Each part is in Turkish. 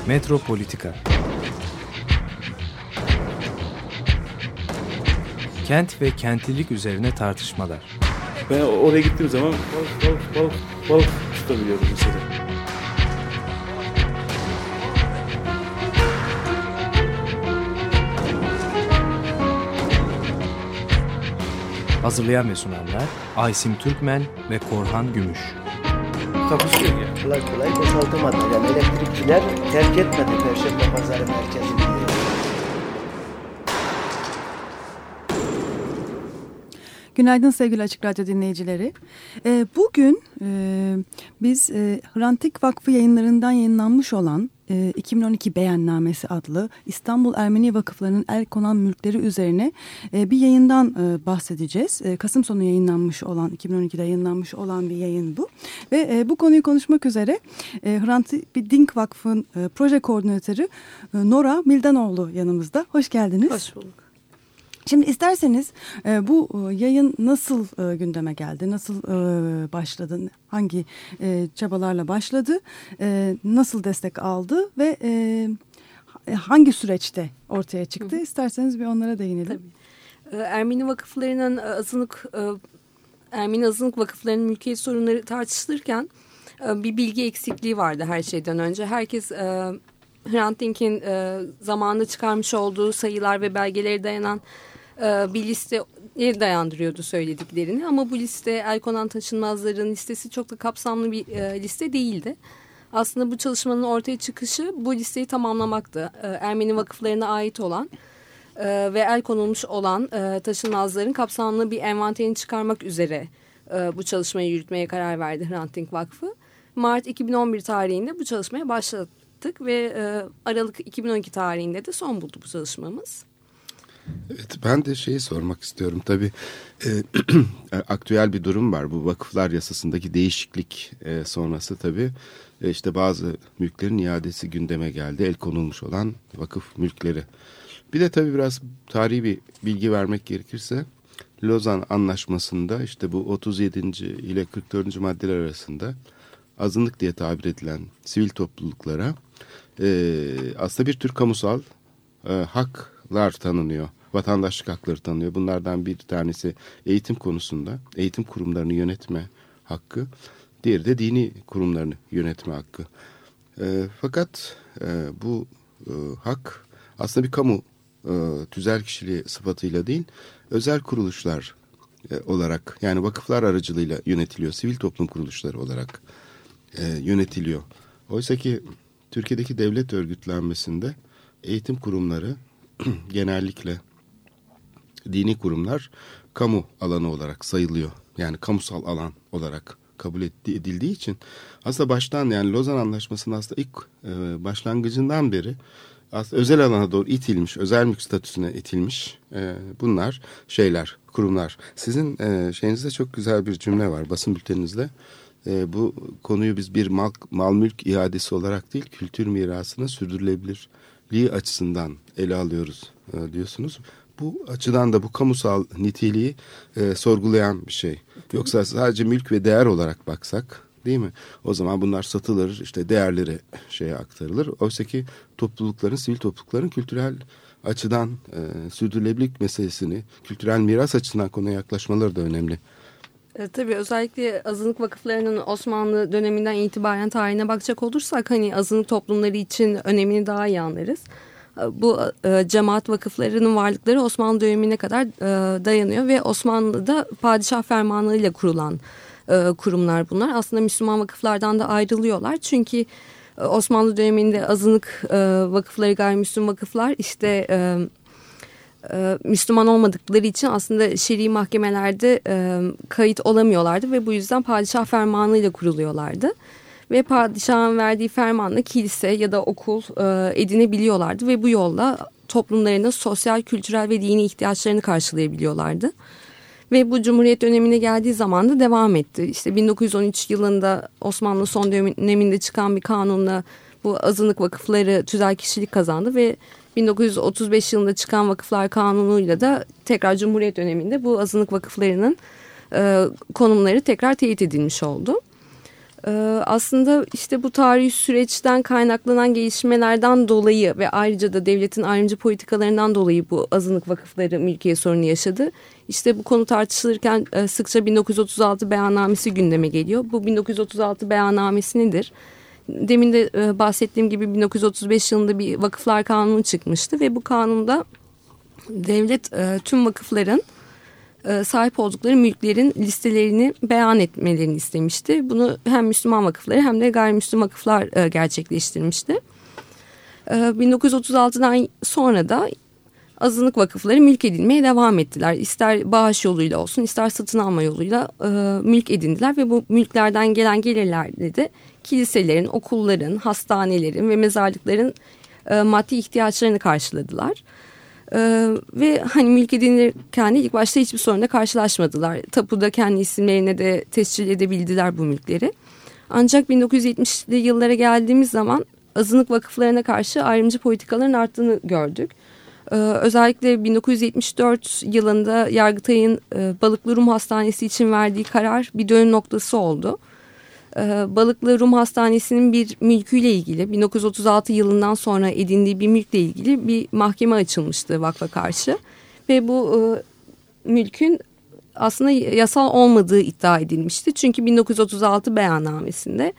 Metropolitika. Kent ve kentlilik üzerine tartışmalar. Ben oraya gittiğim zaman balık tutabiliyorum mesela. Hazırlayan ve sunanlar Aysim Türkmen ve Korhan Gümüş. Takusuyor ya. Kolay kolay boşaltamadı. Yani elektrikçiler terk etmedi Perşembe Pazarı merkezini. Günaydın sevgili Açık Radyo dinleyicileri. Bugün biz Hrant Dink Vakfı yayınlarından yayınlanmış olan 2012 Beyannamesi adlı İstanbul Ermeni Vakıflarının el konan mülkleri üzerine bir yayından bahsedeceğiz. Kasım sonu yayınlanmış olan, 2012'de yayınlanmış olan bir yayın bu. Ve bu konuyu konuşmak üzere Hrant Dink Vakfı'nın proje koordinatörü Nora Mildanoğlu yanımızda. Hoş geldiniz. Hoş bulduk. Şimdi isterseniz bu yayın nasıl gündeme geldi, nasıl başladı, hangi çabalarla başladı, nasıl destek aldı ve hangi süreçte ortaya çıktı? İsterseniz bir onlara değinelim. Tabii. Ermeni vakıflarının Ermeni azınlık vakıflarının mülkiyet sorunları tartışılırken bir bilgi eksikliği vardı her şeyden önce. Herkes Hrant Dink'in zamanında çıkarmış olduğu sayılar ve belgelere dayanan bir listeye dayandırıyordu söylediklerini. Ama bu liste el konan taşınmazların listesi çok da kapsamlı bir liste değildi. Aslında bu çalışmanın ortaya çıkışı bu listeyi tamamlamaktı. Ermeni vakıflarına ait olan ve el konulmuş olan taşınmazların kapsamlı bir envanterini çıkarmak üzere bu çalışmayı yürütmeye karar verdi Hrant Dink Vakfı. Mart 2011 tarihinde bu çalışmaya başladık ve Aralık 2012 tarihinde de son buldu bu çalışmamız. Evet, ben de şeyi sormak istiyorum. Tabii aktüel bir durum var. Bu vakıflar yasasındaki değişiklik sonrası tabii işte bazı mülklerin iadesi gündeme geldi. El konulmuş olan vakıf mülkleri. Bir de tabii biraz tarihi bir bilgi vermek gerekirse Lozan Anlaşması'nda işte bu 37. ile 44. maddeler arasında azınlık diye tabir edilen sivil topluluklara aslında bir tür kamusal haklar tanınıyor. Vatandaşlık hakları tanınıyor. Bunlardan bir tanesi eğitim konusunda eğitim kurumlarını yönetme hakkı. Diğeri de dini kurumlarını yönetme hakkı. Fakat bu hak aslında bir kamu tüzel kişiliği sıfatıyla değil, özel kuruluşlar olarak, yani vakıflar aracılığıyla yönetiliyor. Sivil toplum kuruluşları olarak yönetiliyor. Oysa ki Türkiye'deki devlet örgütlenmesinde eğitim kurumları genellikle dini kurumlar kamu alanı olarak sayılıyor. Yani kamusal alan olarak kabul edildiği için aslında baştan, yani Lozan Anlaşması'nın aslında ilk başlangıcından beri aslında özel alana doğru itilmiş, özel mülk statüsüne itilmiş bunlar kurumlar. Sizin şeyinizde çok güzel bir cümle var basın bülteninizde. Bu konuyu biz bir mal mülk iadesi olarak değil, kültür mirasının sürdürülebilirliği açısından ele alıyoruz diyorsunuz. Bu açıdan da bu kamusal niteliği sorgulayan bir şey. Yoksa sadece mülk ve değer olarak baksak, değil mi? O zaman bunlar satılır, işte değerleri aktarılır. Oysa ki toplulukların, sivil toplulukların kültürel açıdan sürdürülebilirlik meselesini, kültürel miras açısından konuya yaklaşmaları da önemli. Tabii özellikle azınlık vakıflarının Osmanlı döneminden itibaren tarihine bakacak olursak hani azınlık toplumları için önemini daha iyi anlarız. Bu cemaat vakıflarının varlıkları Osmanlı dönemine kadar dayanıyor ve Osmanlı'da padişah fermanıyla kurulan kurumlar bunlar. Aslında Müslüman vakıflardan da ayrılıyorlar çünkü Osmanlı döneminde azınlık vakıfları, gayrimüslim vakıflar işte Müslüman olmadıkları için aslında şer'i mahkemelerde kayıt olamıyorlardı ve bu yüzden padişah fermanıyla kuruluyorlardı. Ve padişahın verdiği fermanla kilise ya da okul edinebiliyorlardı ve bu yolla toplumlarının sosyal, kültürel ve dini ihtiyaçlarını karşılayabiliyorlardı. Ve bu Cumhuriyet dönemine geldiği zaman da devam etti. İşte 1913 yılında Osmanlı son döneminde çıkan bir kanunla bu azınlık vakıfları tüzel kişilik kazandı ve 1935 yılında çıkan Vakıflar Kanunu'yla da tekrar Cumhuriyet döneminde bu azınlık vakıflarının konumları tekrar teyit edilmiş oldu. Aslında işte bu tarihi süreçten kaynaklanan gelişmelerden dolayı ve ayrıca da devletin ayrımcı politikalarından dolayı bu azınlık vakıfları mülkiyet sorunu yaşadı. İşte bu konu tartışılırken sıkça 1936 beyannamesi gündeme geliyor. Bu 1936 beyannamesi nedir? Demin de bahsettiğim gibi 1935 yılında bir vakıflar kanunu çıkmıştı ve bu kanunda devlet tüm vakıfların sahip oldukları mülklerin listelerini beyan etmelerini istemişti. Bunu hem Müslüman vakıfları hem de gayrimüslim vakıflar gerçekleştirmişti. 1936'dan sonra da azınlık vakıfları mülk edinmeye devam ettiler. İster bağış yoluyla olsun ister satın alma yoluyla mülk edindiler ve bu mülklerden gelen gelirlerle de kiliselerin, okulların, hastanelerin ve mezarlıkların maddi ihtiyaçlarını karşıladılar. Ve hani mülk edinirken ilk başta hiçbir sorunla karşılaşmadılar. Tapuda kendi isimlerine de tescil edebildiler bu mülkleri. Ancak 1970'li yıllara geldiğimiz zaman azınlık vakıflarına karşı ayrımcı politikaların arttığını gördük. Özellikle 1974 yılında Yargıtay'ın Balıklı Rum Hastanesi için verdiği karar bir dönüm noktası oldu. Balıklı Rum Hastanesi'nin bir mülküyle ilgili 1936 yılından sonra edindiği bir mülkle ilgili bir mahkeme açılmıştı vakfa karşı. Ve bu mülkün aslında yasal olmadığı iddia edilmişti. Çünkü 1936 beyannamesinde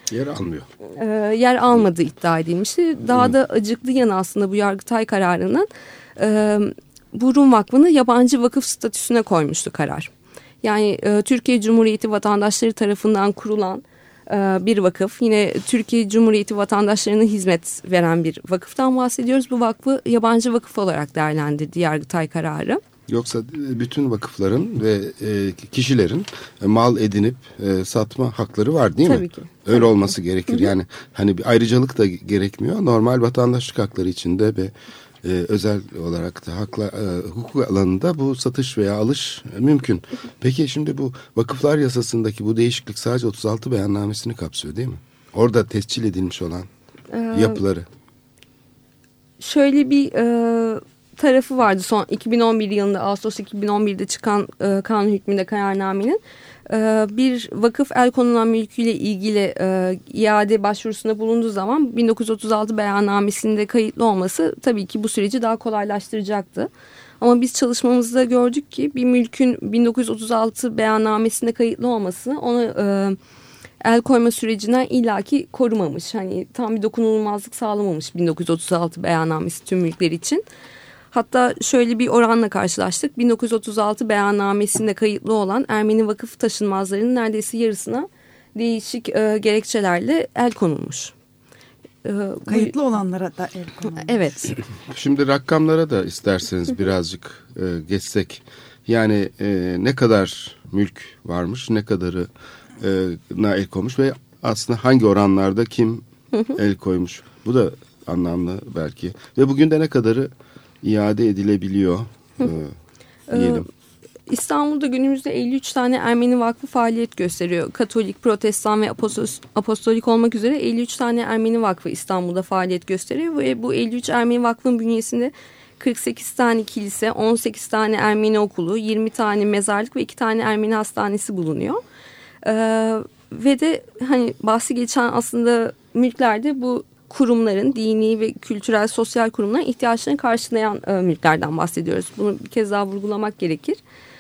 yer almadığı iddia edilmişti. Daha da acıklı yanı aslında bu Yargıtay kararının bu Rum Vakfı'nı yabancı vakıf statüsüne koymuştu karar. Yani Türkiye Cumhuriyeti vatandaşları tarafından kurulan bir vakıf. Yine Türkiye Cumhuriyeti vatandaşlarına hizmet veren bir vakıftan bahsediyoruz. Bu vakfı yabancı vakıf olarak değerlendirdi Yargıtay kararı. Yoksa bütün vakıfların ve kişilerin mal edinip satma hakları var değil mi? Tabii ki. Öyle olması gerekir. Yani hani bir ayrıcalık da gerekmiyor. Normal vatandaşlık hakları içinde ve özel olarak da hukuk alanında bu satış veya alış mümkün. Peki şimdi bu vakıflar yasasındaki bu değişiklik sadece 36 beyannamesini kapsıyor değil mi? Orada tescil edilmiş olan yapıları. Şöyle bir tarafı vardı son 2011 yılında Ağustos 2011'de çıkan kanun hükmünde kararnamenin. Bir vakıf el konulan mülküyle ilgili iade başvurusunda bulunduğu zaman 1936 beyannamesinde kayıtlı olması tabii ki bu süreci daha kolaylaştıracaktı. Ama biz çalışmamızda gördük ki bir mülkün 1936 beyannamesinde kayıtlı olması onu el koyma sürecinden illaki korumamış. Hani tam bir dokunulmazlık sağlamamış 1936 beyannamesi tüm mülkler için. Hatta şöyle bir oranla karşılaştık. 1936 beyannamesinde kayıtlı olan Ermeni vakıf taşınmazlarının neredeyse yarısına değişik gerekçelerle el konulmuş. Kayıtlı olanlara da el konulmuş. Evet. Şimdi rakamlara da isterseniz birazcık geçsek. Yani ne kadar mülk varmış, ne kadarına el konmuş ve aslında hangi oranlarda kim el koymuş. Bu da anlamlı belki. Ve bugün de ne kadarı iade edilebiliyor diyelim. İstanbul'da günümüzde 53 tane Ermeni vakfı faaliyet gösteriyor. Katolik, Protestan ve Apostolik olmak üzere 53 tane Ermeni vakfı İstanbul'da faaliyet gösteriyor. Ve bu 53 Ermeni vakfın bünyesinde 48 tane kilise, 18 tane Ermeni okulu, 20 tane mezarlık ve 2 tane Ermeni hastanesi bulunuyor. Ve de hani bahsi geçen aslında mülklerde bu kurumların, dini ve kültürel, sosyal kurumların ihtiyaçlarını karşılayan mülklerden bahsediyoruz. Bunu bir kez daha vurgulamak gerekir.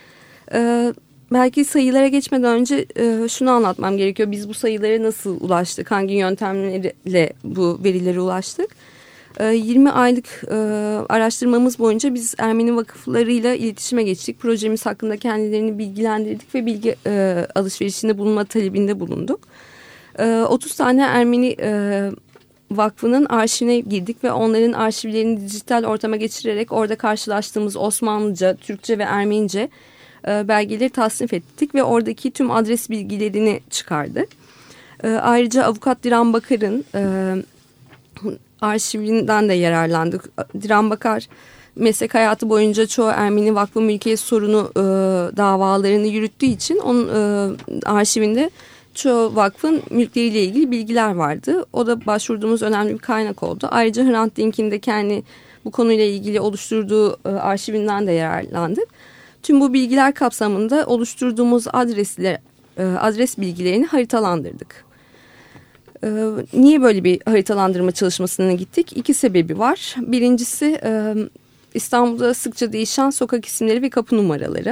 Belki sayılara geçmeden önce şunu anlatmam gerekiyor. Biz bu sayılara nasıl ulaştık? Hangi yöntemlerle bu verilere ulaştık? 20 aylık araştırmamız boyunca biz Ermeni vakıflarıyla iletişime geçtik. Projemiz hakkında kendilerini bilgilendirdik ve bilgi alışverişinde bulunma talebinde bulunduk. 30 tane Ermeni vakfının arşivine girdik ve onların arşivlerini dijital ortama geçirerek orada karşılaştığımız Osmanlıca, Türkçe ve Ermenice belgeleri tasnif ettik ve oradaki tüm adres bilgilerini çıkardık. Ayrıca avukat Diran Bakar'ın arşivinden de yararlandık. Diran Bakar meslek hayatı boyunca çoğu Ermeni vakfı mülkiyet sorunu davalarını yürüttüğü için onun arşivinde çoğu vakfın mülkleriyle ilgili bilgiler vardı. O da başvurduğumuz önemli bir kaynak oldu. Ayrıca Hrant Dink'in de kendi bu konuyla ilgili oluşturduğu arşivinden de yararlandık. Tüm bu bilgiler kapsamında oluşturduğumuz adres bilgilerini haritalandırdık. Niye böyle bir haritalandırma çalışmasına gittik? 2 sebebi var. Birincisi İstanbul'da sıkça değişen sokak isimleri ve kapı numaraları.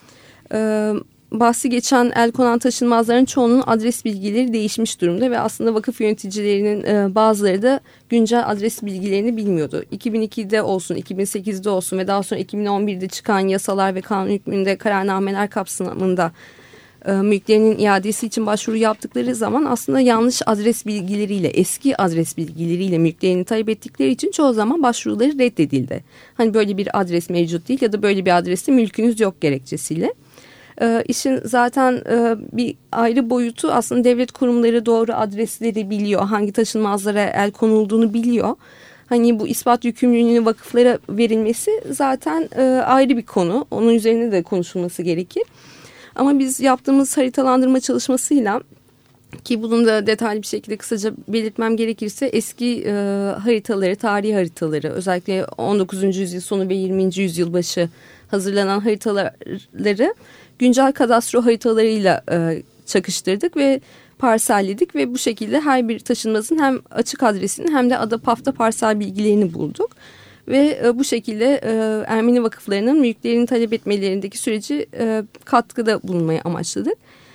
Bahsi geçen el konan taşınmazların çoğunun adres bilgileri değişmiş durumda ve aslında vakıf yöneticilerinin bazıları da güncel adres bilgilerini bilmiyordu. 2002'de olsun, 2008'de olsun ve daha sonra 2011'de çıkan yasalar ve kanun hükmünde kararnameler kapsamında mülklerinin iadesi için başvuru yaptıkları zaman aslında yanlış adres bilgileriyle, eski adres bilgileriyle mülklerini talep ettikleri için çoğu zaman başvuruları reddedildi. Hani böyle bir adres mevcut değil ya da böyle bir adreste mülkünüz yok gerekçesiyle. İşin zaten bir ayrı boyutu aslında devlet kurumları doğru adresleri biliyor. Hangi taşınmazlara el konulduğunu biliyor. Hani bu ispat yükümlülüğünün vakıflara verilmesi zaten ayrı bir konu. Onun üzerine de konuşulması gerekir. Ama biz yaptığımız haritalandırma çalışmasıyla, ki bunun da detaylı bir şekilde kısaca belirtmem gerekirse, eski haritaları, tarihi haritaları, özellikle 19. yüzyıl sonu ve 20. yüzyıl başı hazırlanan haritaları güncel kadastro haritalarıyla çakıştırdık ve parselledik ve bu şekilde her bir taşınmazın hem açık adresini hem de ada pafta parsel bilgilerini bulduk. Ve bu şekilde Ermeni vakıflarının mülklerini talep etmelerindeki süreci katkıda bulunmayı amaçladık.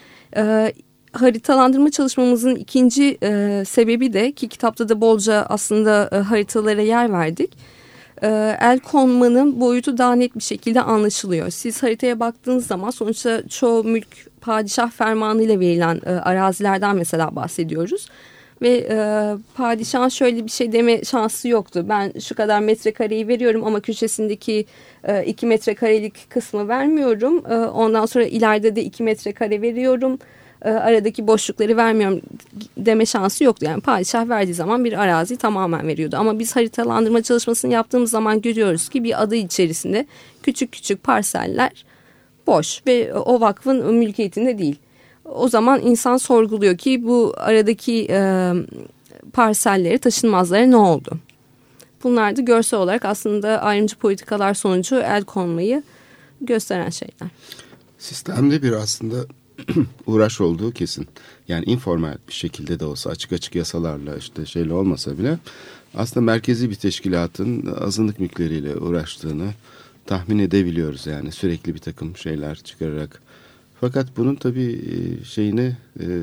Haritalandırma çalışmamızın ikinci sebebi de, ki kitapta da bolca aslında haritalara yer verdik, el konmanın boyutu daha net bir şekilde anlaşılıyor. Siz haritaya baktığınız zaman sonuçta çoğu mülk padişah fermanıyla verilen arazilerden mesela bahsediyoruz. Ve padişahın şöyle bir şey deme şansı yoktu. Ben şu kadar metrekareyi veriyorum ama köşesindeki 2 metrekarelik kısmı vermiyorum. Ondan sonra ileride de 2 metrekare veriyorum. Aradaki boşlukları vermiyorum deme şansı yoktu. Yani padişah verdiği zaman bir arazi tamamen veriyordu. Ama biz haritalandırma çalışmasını yaptığımız zaman görüyoruz ki bir ada içerisinde küçük küçük parseller boş ve o vakfın mülkiyetinde değil. O zaman insan sorguluyor ki bu aradaki parselleri, taşınmazlara ne oldu? Bunlar da görsel olarak aslında ayrımcı politikalar sonucu el konmayı gösteren şeyler. Sistemde bir aslında uğraş olduğu kesin. Yani informal bir şekilde de olsa, açık açık yasalarla işte şeyle olmasa bile aslında merkezi bir teşkilatın azınlık mülkleriyle uğraştığını tahmin edebiliyoruz. Yani sürekli bir takım şeyler çıkararak. Fakat bunun tabii şeyini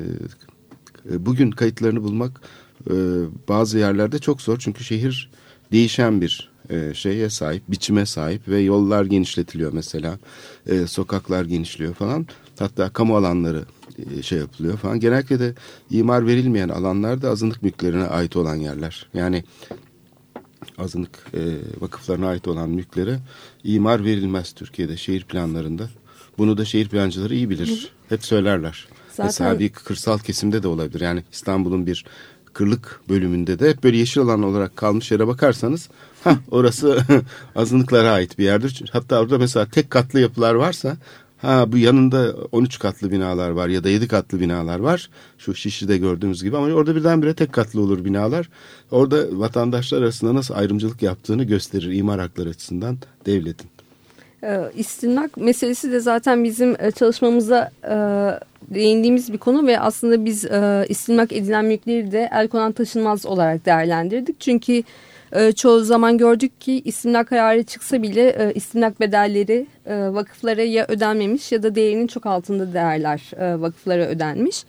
bugün kayıtlarını bulmak bazı yerlerde çok zor. Çünkü şehir değişen bir şeye sahip, biçime sahip ve yollar genişletiliyor mesela. Sokaklar genişliyor falan. Hatta kamu alanları şey yapılıyor falan. Genellikle de imar verilmeyen alanlar da azınlık mülklerine ait olan yerler. Yani azınlık vakıflarına ait olan mülklere imar verilmez Türkiye'de şehir planlarında. Bunu da şehir plancıları iyi bilir. Hep söylerler. Zaten... Mesela bir kırsal kesimde de olabilir. Yani İstanbul'un bir kırlık bölümünde de hep böyle yeşil alan olarak kalmış yere bakarsanız orası azınlıklara ait bir yerdir. Hatta orada mesela tek katlı yapılar varsa bu yanında 13 katlı binalar var ya da 7 katlı binalar var. Şu Şişli'de gördüğümüz gibi, ama orada birdenbire tek katlı olur binalar. Orada vatandaşlar arasında nasıl ayrımcılık yaptığını gösterir imar hakları açısından devletin. İstimlak meselesi de zaten bizim çalışmamıza değindiğimiz bir konu ve aslında biz istimlak edilen mülkleri de el konan taşınmaz olarak değerlendirdik. Çünkü çoğu zaman gördük ki istimlak kararı çıksa bile istimlak bedelleri vakıflara ya ödenmemiş ya da değerinin çok altında değerler vakıflara ödenmiş.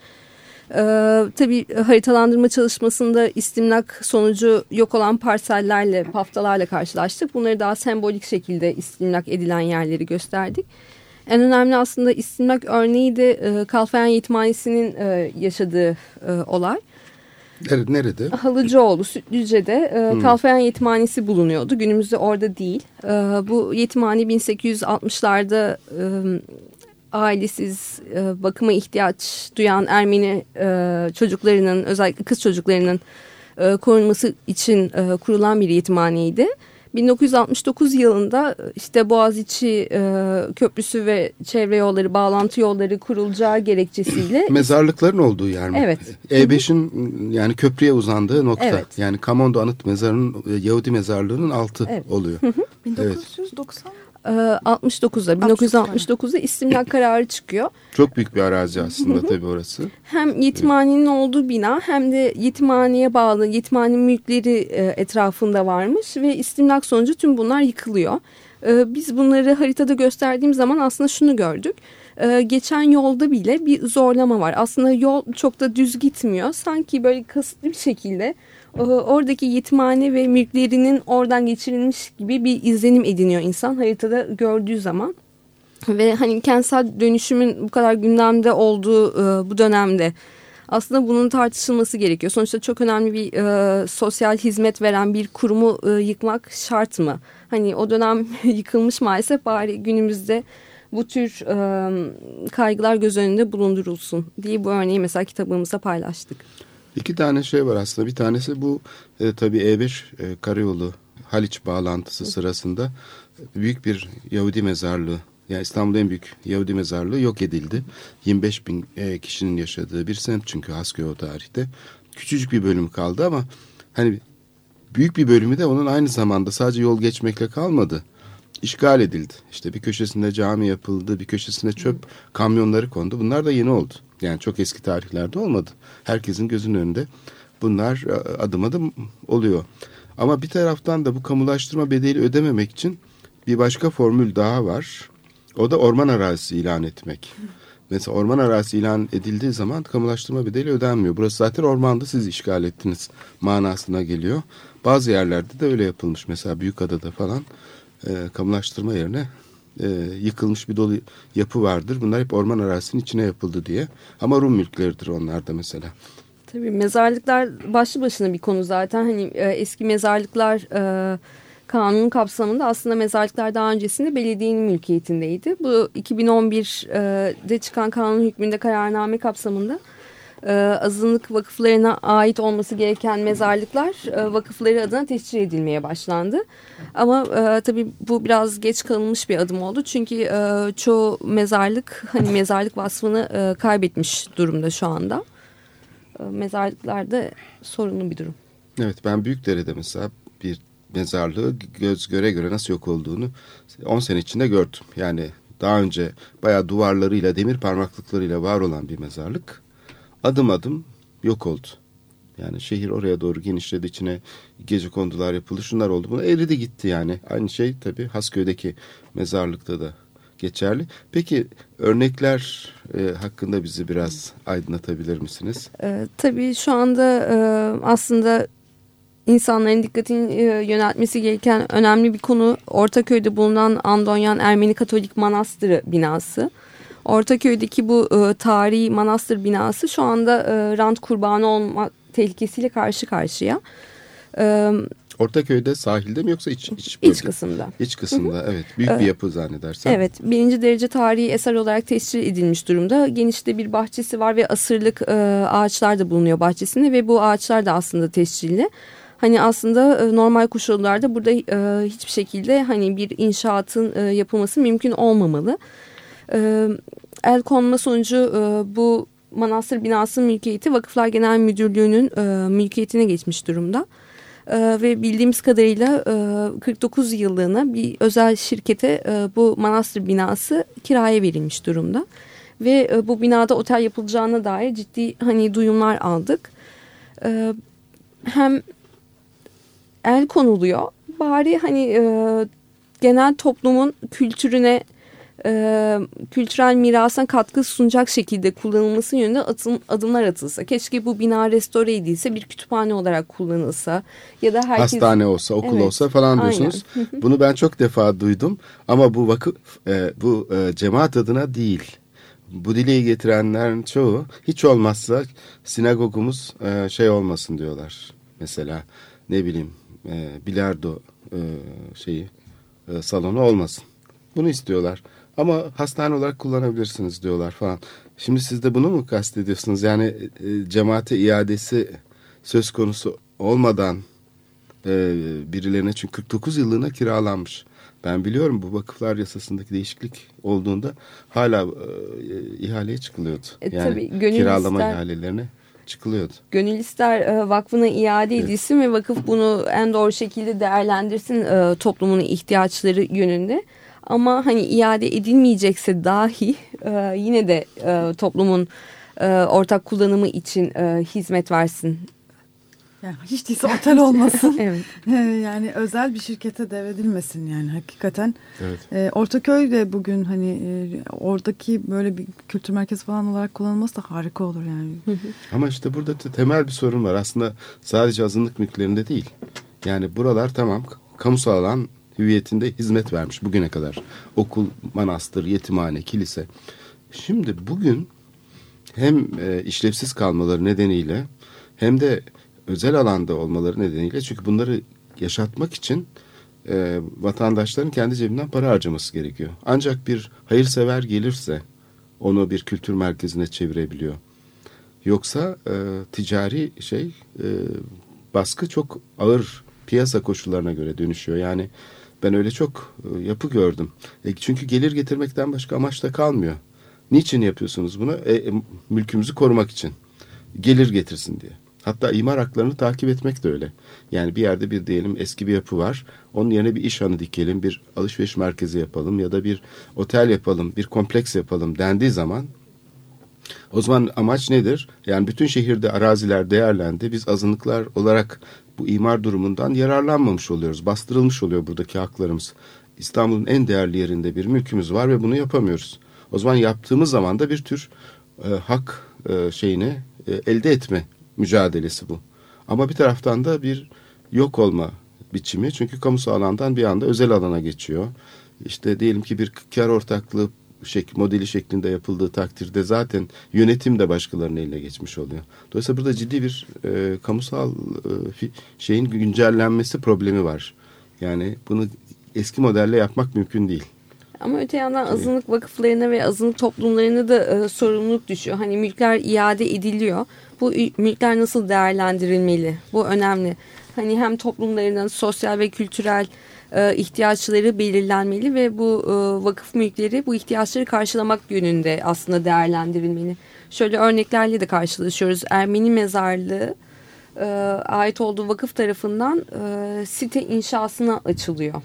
Tabii haritalandırma çalışmasında istimlak sonucu yok olan parsellerle, paftalarla karşılaştık. Bunları daha sembolik şekilde istimlak edilen yerleri gösterdik. En önemli aslında istimlak örneği de Kalfayan Yetimhanesi'nin yaşadığı olay. Nerede? Halıcıoğlu, Sütlüce'de Kalfayan Yetimhanesi bulunuyordu. Günümüzde orada değil. Bu yetimhane 1860'larda ailesiz, bakıma ihtiyaç duyan Ermeni çocuklarının, özellikle kız çocuklarının korunması için kurulan bir yetimhaneydi. 1969 yılında işte Boğaziçi Köprüsü ve çevre yolları, bağlantı yolları kurulacağı gerekçesiyle... Mezarlıkların olduğu yer mi? Evet. E5'in yani köprüye uzandığı nokta. Evet. Yani Kamondo Anıt Mezarı'nın, Yahudi mezarlığının altı oluyor. 1990 69'da 1969'da istimlak kararı çıkıyor. Çok büyük bir arazi aslında tabii orası. Hem yetimhanenin olduğu bina hem de yetimhaneye bağlı yetimhane mülkleri etrafında varmış ve istimlak sonucu tüm bunlar yıkılıyor. Biz bunları haritada gösterdiğim zaman aslında şunu gördük. Geçen yolda bile bir zorlama var. Aslında yol çok da düz gitmiyor. Sanki böyle kasıtlı bir şekilde oradaki yetimhane ve mülklerinin oradan geçirilmiş gibi bir izlenim ediniyor insan haritada gördüğü zaman. Ve hani kentsel dönüşümün bu kadar gündemde olduğu bu dönemde aslında bunun tartışılması gerekiyor. Sonuçta çok önemli bir sosyal hizmet veren bir kurumu yıkmak şart mı? Hani o dönem yıkılmış maalesef, bari günümüzde bu tür kaygılar göz önünde bulundurulsun diye bu örneği mesela kitabımızda paylaştık. 2 tane şey var aslında. Bir tanesi bu tabii E5 karayolu Haliç bağlantısı sırasında büyük bir Yahudi mezarlığı, yani İstanbul'da en büyük Yahudi mezarlığı yok edildi. 25 bin kişinin yaşadığı bir semt çünkü Hasköy o tarihte. Küçücük bir bölüm kaldı ama hani büyük bir bölümü de onun aynı zamanda sadece yol geçmekle kalmadı. İşgal edildi. İşte bir köşesinde cami yapıldı, bir köşesinde çöp kamyonları kondu. Bunlar da yeni oldu. Yani çok eski tarihlerde olmadı. Herkesin gözünün önünde bunlar adım adım oluyor. Ama bir taraftan da bu kamulaştırma bedeli ödememek için bir başka formül daha var. O da orman arazisi ilan etmek. Mesela orman arazisi ilan edildiği zaman kamulaştırma bedeli ödenmiyor. Burası zaten ormandı, siz işgal ettiniz manasına geliyor. Bazı yerlerde de öyle yapılmış. Mesela Büyükada'da falan kamulaştırma yerine yıkılmış bir dolu yapı vardır. Bunlar hep orman arazisinin içine yapıldı diye. Ama Rum mülkleridir onlar da mesela. Tabii mezarlıklar başlı başına bir konu zaten. Hani eski mezarlıklar kanunun kapsamında aslında mezarlıklar daha öncesinde belediyenin mülkiyetindeydi. Bu 2011'de çıkan kanun hükmünde kararname kapsamında azınlık vakıflarına ait olması gereken mezarlıklar vakıfları adına tescil edilmeye başlandı. Ama tabii bu biraz geç kalınmış bir adım oldu. Çünkü çoğu mezarlık hani mezarlık vasfını kaybetmiş durumda şu anda. Mezarlıklarda sorunlu bir durum. Evet, ben Büyükdere'de mesela bir mezarlığı göz göre göre nasıl yok olduğunu 10 sene içinde gördüm. Yani daha önce bayağı duvarlarıyla, demir parmaklıklarıyla var olan bir mezarlık adım adım yok oldu. Yani şehir oraya doğru genişledi, içine gecekondular yapıldı, şunlar oldu. Buna eridi gitti yani. Aynı şey tabii Hasköy'deki mezarlıkta da geçerli. Peki örnekler hakkında bizi biraz aydınlatabilir misiniz? Tabii şu anda aslında insanların dikkatini yöneltmesi gereken önemli bir konu Ortaköy'de bulunan Andonyan Ermeni Katolik Manastırı binası. Ortaköy'deki bu tarihi manastır binası şu anda rant kurbanı olma tehlikesiyle karşı karşıya. Ortaköy'de sahilde mi yoksa iç bölge? İç kısımda. İç kısımda, evet. Büyük bir yapı zannedersem. Evet, 1. derece tarihi eser olarak tescil edilmiş durumda. Genişte bir bahçesi var ve asırlık ağaçlar da bulunuyor bahçesinde ve bu ağaçlar da aslında tescilli. Hani aslında normal koşullarda burada hiçbir şekilde hani bir inşaatın yapılması mümkün olmamalı. El konma sonucu bu manastır binası mülkiyeti Vakıflar Genel Müdürlüğü'nün mülkiyetine geçmiş durumda. Ve bildiğimiz kadarıyla 49 yıllığına bir özel şirkete bu manastır binası kiraya verilmiş durumda. Ve bu binada otel yapılacağına dair ciddi hani duyumlar aldık. Hem el konuluyor, bari hani genel toplumun kültürüne, kültürel mirasına katkı sunacak şekilde kullanılması yönünde adımlar atılsa. Keşke bu bina restore edilse, bir kütüphane olarak kullanılsa ya da herkes... Hastane olsa, okul olsa falan diyorsunuz. Bunu ben çok defa duydum ama bu vakıf, bu cemaat adına değil. Bu dileği getirenlerin çoğu hiç olmazsa sinagogumuz şey olmasın diyorlar. Mesela ne bileyim bilardo salonu olmasın. Bunu istiyorlar. Ama hastane olarak kullanabilirsiniz diyorlar falan. Şimdi siz de bunu mu kastediyorsunuz? Yani cemaate iadesi söz konusu olmadan birilerine, çünkü 49 yıllığına kiralanmış. Ben biliyorum bu vakıflar yasasındaki değişiklik olduğunda hala ihaleye çıkılıyordu. Yani tabii, kiralama ihalelerine çıkılıyordu. Gönül ister vakfına iade edilsin, evet, ve vakıf bunu en doğru şekilde değerlendirsin toplumun ihtiyaçları yönünde. Ama hani iade edilmeyecekse dahi yine de toplumun ortak kullanımı için hizmet versin. Yani hiç değilse otel olmasın. Evet. Yani özel bir şirkete devredilmesin yani hakikaten. Evet. Ortaköy de bugün hani oradaki böyle bir kültür merkezi falan olarak kullanılması da harika olur yani. Ama işte burada temel bir sorun var. Aslında sadece azınlık mülklerinde değil. Yani buralar tamam kamusal alan hüviyetinde hizmet vermiş bugüne kadar. Okul, manastır, yetimhane, kilise. Şimdi bugün hem işlevsiz kalmaları nedeniyle hem de özel alanda olmaları nedeniyle, çünkü bunları yaşatmak için vatandaşların kendi cebinden para harcaması gerekiyor. Ancak bir hayırsever gelirse onu bir kültür merkezine çevirebiliyor. Yoksa ticari baskı çok ağır piyasa koşullarına göre dönüşüyor. Yani ben öyle çok yapı gördüm. Çünkü gelir getirmekten başka amaç da kalmıyor. Niçin yapıyorsunuz bunu? Mülkümüzü korumak için. Gelir getirsin diye. Hatta imar haklarını takip etmek de öyle. Yani bir yerde bir diyelim eski bir yapı var. Onun yerine bir iş hanı dikelim, bir alışveriş merkezi yapalım ya da bir otel yapalım, bir kompleks yapalım dendiği zaman o zaman amaç nedir? Yani bütün şehirde araziler değerlendi. Biz azınlıklar olarak bu imar durumundan yararlanmamış oluyoruz. Bastırılmış oluyor buradaki haklarımız. İstanbul'un en değerli yerinde bir mülkümüz var ve bunu yapamıyoruz. O zaman yaptığımız zaman da bir tür hak elde etme mücadelesi bu. Ama bir taraftan da bir yok olma biçimi. Çünkü kamusal alandan bir anda özel alana geçiyor. İşte diyelim ki bir kar ortaklığı modeli şeklinde yapıldığı takdirde zaten yönetim de başkalarının eline geçmiş oluyor. Dolayısıyla burada ciddi bir kamusal şeyin güncellenmesi problemi var. Yani bunu eski modelle yapmak mümkün değil. Ama öte yandan azınlık vakıflarına ve azınlık toplumlarına da sorumluluk düşüyor. Hani mülkler iade ediliyor. Bu mülkler nasıl değerlendirilmeli? Bu önemli. Hani hem toplumlarının sosyal ve kültürel ihtiyaçları belirlenmeli ve bu vakıf mülkleri bu ihtiyaçları karşılamak yönünde aslında değerlendirilmeli. Şöyle örneklerle de karşılaşıyoruz. Ermeni mezarlığı ait olduğu vakıf tarafından site inşasına açılıyor.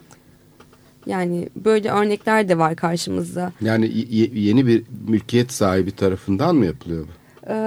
Yani böyle örnekler de var karşımızda. Yani yeni bir mülkiyet sahibi tarafından mı yapılıyor bu?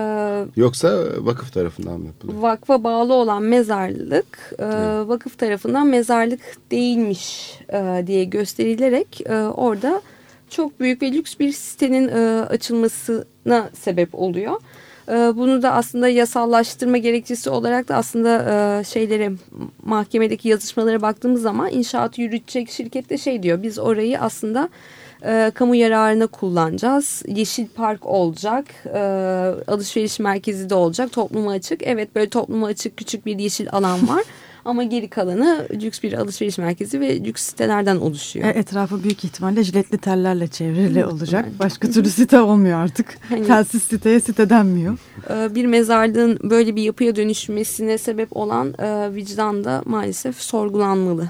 Yoksa vakıf tarafından mı yapılıyor? Vakfa bağlı olan mezarlık vakıf tarafından mezarlık değilmiş diye gösterilerek orada çok büyük ve lüks bir sitenin açılmasına sebep oluyor. Bunu da aslında yasallaştırma gerekçesi olarak da aslında mahkemedeki yazışmalara baktığımız zaman inşaatı yürütecek şirket de diyor. Biz orayı aslında kamu yararına kullanacağız. Yeşil park olacak. Alışveriş merkezi de olacak. Topluma açık. Evet, böyle topluma açık küçük bir yeşil alan var. Ama geri kalanı lüks bir alışveriş merkezi ve lüks sitelerden oluşuyor. Etrafı büyük ihtimalle jiletli tellerle çevrili olacak. Başka türlü site olmuyor artık. Hani, telsiz siteye site denmiyor. Bir mezarlığın böyle bir yapıya dönüşmesine sebep olan vicdan da maalesef sorgulanmalı.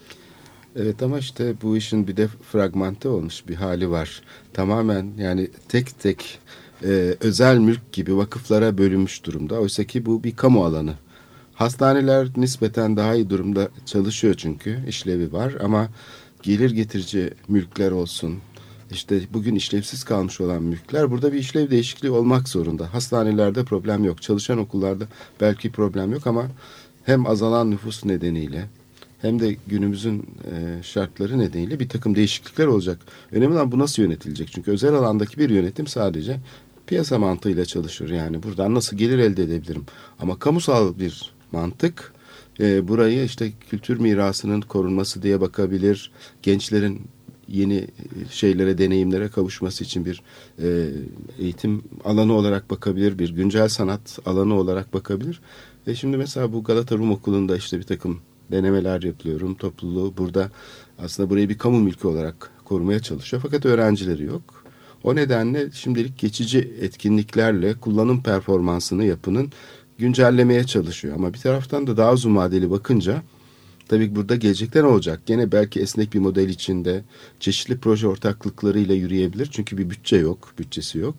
Evet, ama işte bu işin bir de fragmente olmuş bir hali var. Tamamen yani tek tek özel mülk gibi vakıflara bölünmüş durumda. Oysa ki bu bir kamu alanı. Hastaneler nispeten daha iyi durumda çalışıyor çünkü işlevi var, ama gelir getirici mülkler olsun, işte bugün işlevsiz kalmış olan mülkler, burada bir işlev değişikliği olmak zorunda. Hastanelerde problem yok, çalışan okullarda belki problem yok, ama hem azalan nüfus nedeniyle hem de günümüzün şartları nedeniyle bir takım değişiklikler olacak. Önemli olan bu nasıl yönetilecek? Çünkü özel alandaki bir yönetim sadece piyasa mantığıyla çalışır. Yani buradan nasıl gelir elde edebilirim? Ama kamusal bir mantık burayı işte kültür mirasının korunması diye bakabilir. Gençlerin yeni şeylere, deneyimlere kavuşması için bir eğitim alanı olarak bakabilir. Bir güncel sanat alanı olarak bakabilir. Şimdi mesela bu Galata Rum Okulu'nda işte bir takım denemeler yapılıyor. Rum topluluğu burada aslında burayı bir kamu mülkü olarak korumaya çalışıyor. Fakat öğrencileri yok. O nedenle şimdilik geçici etkinliklerle kullanım performansını yapının güncellemeye çalışıyor. Ama bir taraftan da daha uzun vadeli bakınca tabii burada gelecekte ne olacak? Gene belki esnek bir model içinde çeşitli proje ortaklıklarıyla yürüyebilir. Çünkü bir bütçesi yok.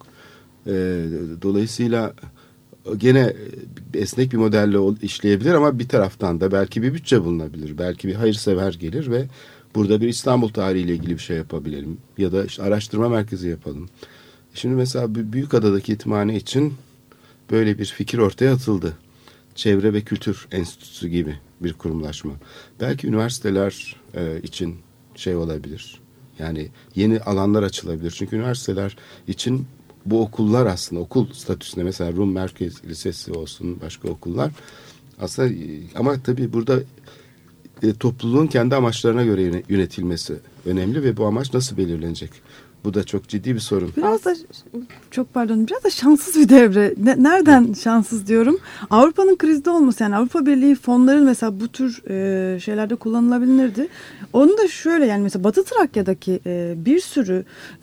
Dolayısıyla gene esnek bir modelle işleyebilir, ama bir taraftan da belki bir bütçe bulunabilir. Belki bir hayırsever gelir ve Burada bir İstanbul tarihiyle ilgili bir şey yapabilelim. Ya da işte araştırma merkezi yapalım. Şimdi mesela Büyükada'daki Yetimhane için böyle bir fikir ortaya atıldı. Çevre ve Kültür Enstitüsü gibi bir kurumlaşma. Belki üniversiteler için şey olabilir. Yani yeni alanlar açılabilir. Çünkü üniversiteler için bu okullar aslında okul statüsünde, mesela Rum Merkez Lisesi olsun, başka okullar aslında, ama tabii burada topluluğun kendi amaçlarına göre yönetilmesi önemli ve bu amaç nasıl belirlenecek? Bu da çok ciddi bir sorun. Biraz da çok pardon, biraz da şanssız bir devre. Nereden şanssız diyorum? Avrupa'nın krizde olması, yani Avrupa Birliği fonları mesela bu tür şeylerde kullanılabilirdi. Onu da şöyle, yani mesela Batı Trakya'daki bir sürü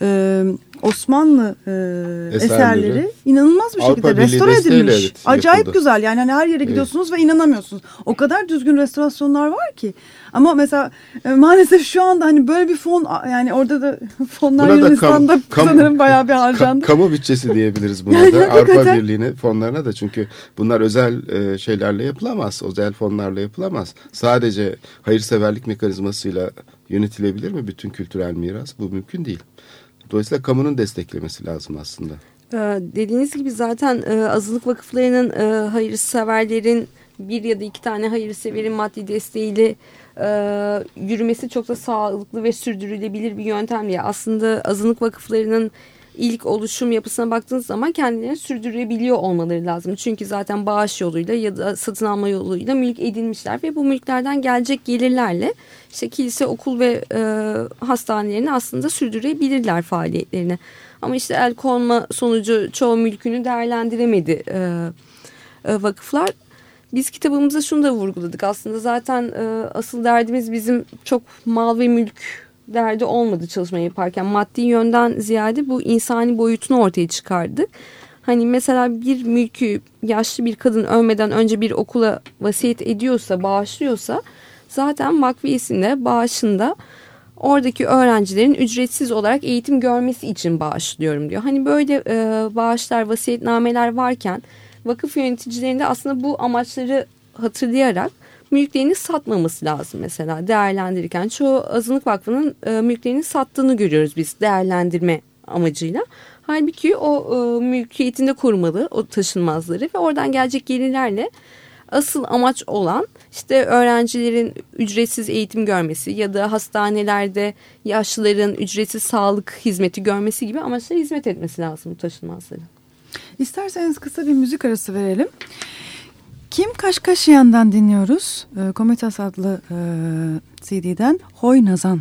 Osmanlı eserleri inanılmaz bir Avrupa şekilde Birliği restore edilmiş. evet, Acayip yapıldı. güzel, yani hani her yere gidiyorsunuz ve inanamıyorsunuz. O kadar düzgün restorasyonlar var ki. Ama mesela maalesef şu anda hani böyle bir fon, yani orada da fonlar Yunanistan'da sanırım bayağı bir harcandı. Kamu bütçesi diyebiliriz buna Yani da. hakikaten. Avrupa Birliği'ne fonlarına da, çünkü bunlar özel şeylerle yapılamaz. Özel fonlarla yapılamaz. Sadece hayırseverlik mekanizmasıyla yönetilebilir mi bütün kültürel miras? Bu mümkün değil. Dolayısıyla kamunun desteklemesi lazım aslında. Dediğiniz gibi zaten azınlık vakıflarının hayırseverlerin bir ya da iki tane hayırseverin maddi desteğiyle yürümesi çok da sağlıklı ve sürdürülebilir bir yöntem diye. Aslında azınlık vakıflarının ilk oluşum yapısına baktığınız zaman kendilerini sürdürebiliyor olmaları lazım. Çünkü zaten bağış yoluyla ya da satın alma yoluyla mülk edinmişler ve bu mülklerden gelecek gelirlerle işte kilise, okul ve hastanelerini aslında sürdürebilirler faaliyetlerini. Ama işte el konma sonucu çoğu mülkünü değerlendiremedi vakıflar. Biz kitabımızda şunu da vurguladık. Aslında zaten asıl derdimiz bizim çok mal ve mülk derdi olmadı çalışmayı yaparken. Maddi yönden ziyade bu insani boyutunu ortaya çıkardık. Hani mesela bir mülkü yaşlı bir kadın ölmeden önce bir okula vasiyet ediyorsa, bağışlıyorsa zaten vakfiyesinde, bağışında oradaki öğrencilerin ücretsiz olarak eğitim görmesi için bağışlıyorum diyor. Hani böyle bağışlar, vasiyetnameler varken vakıf yöneticilerinde aslında bu amaçları hatırlayarak mülklerini satmaması lazım mesela değerlendirirken. Çoğu azınlık vakfının mülklerini sattığını görüyoruz biz değerlendirme amacıyla. Halbuki o mülkiyetinde korumalı o taşınmazları ve oradan gelecek gelirlerle asıl amaç olan işte öğrencilerin ücretsiz eğitim görmesi ya da hastanelerde yaşlıların ücretsiz sağlık hizmeti görmesi gibi amaçlara hizmet etmesi lazım bu taşınmazları. İsterseniz kısa bir müzik arası verelim. Kim Kaşkaşıyan'dan dinliyoruz. Komitas adlı CD'den Hoy Nazan.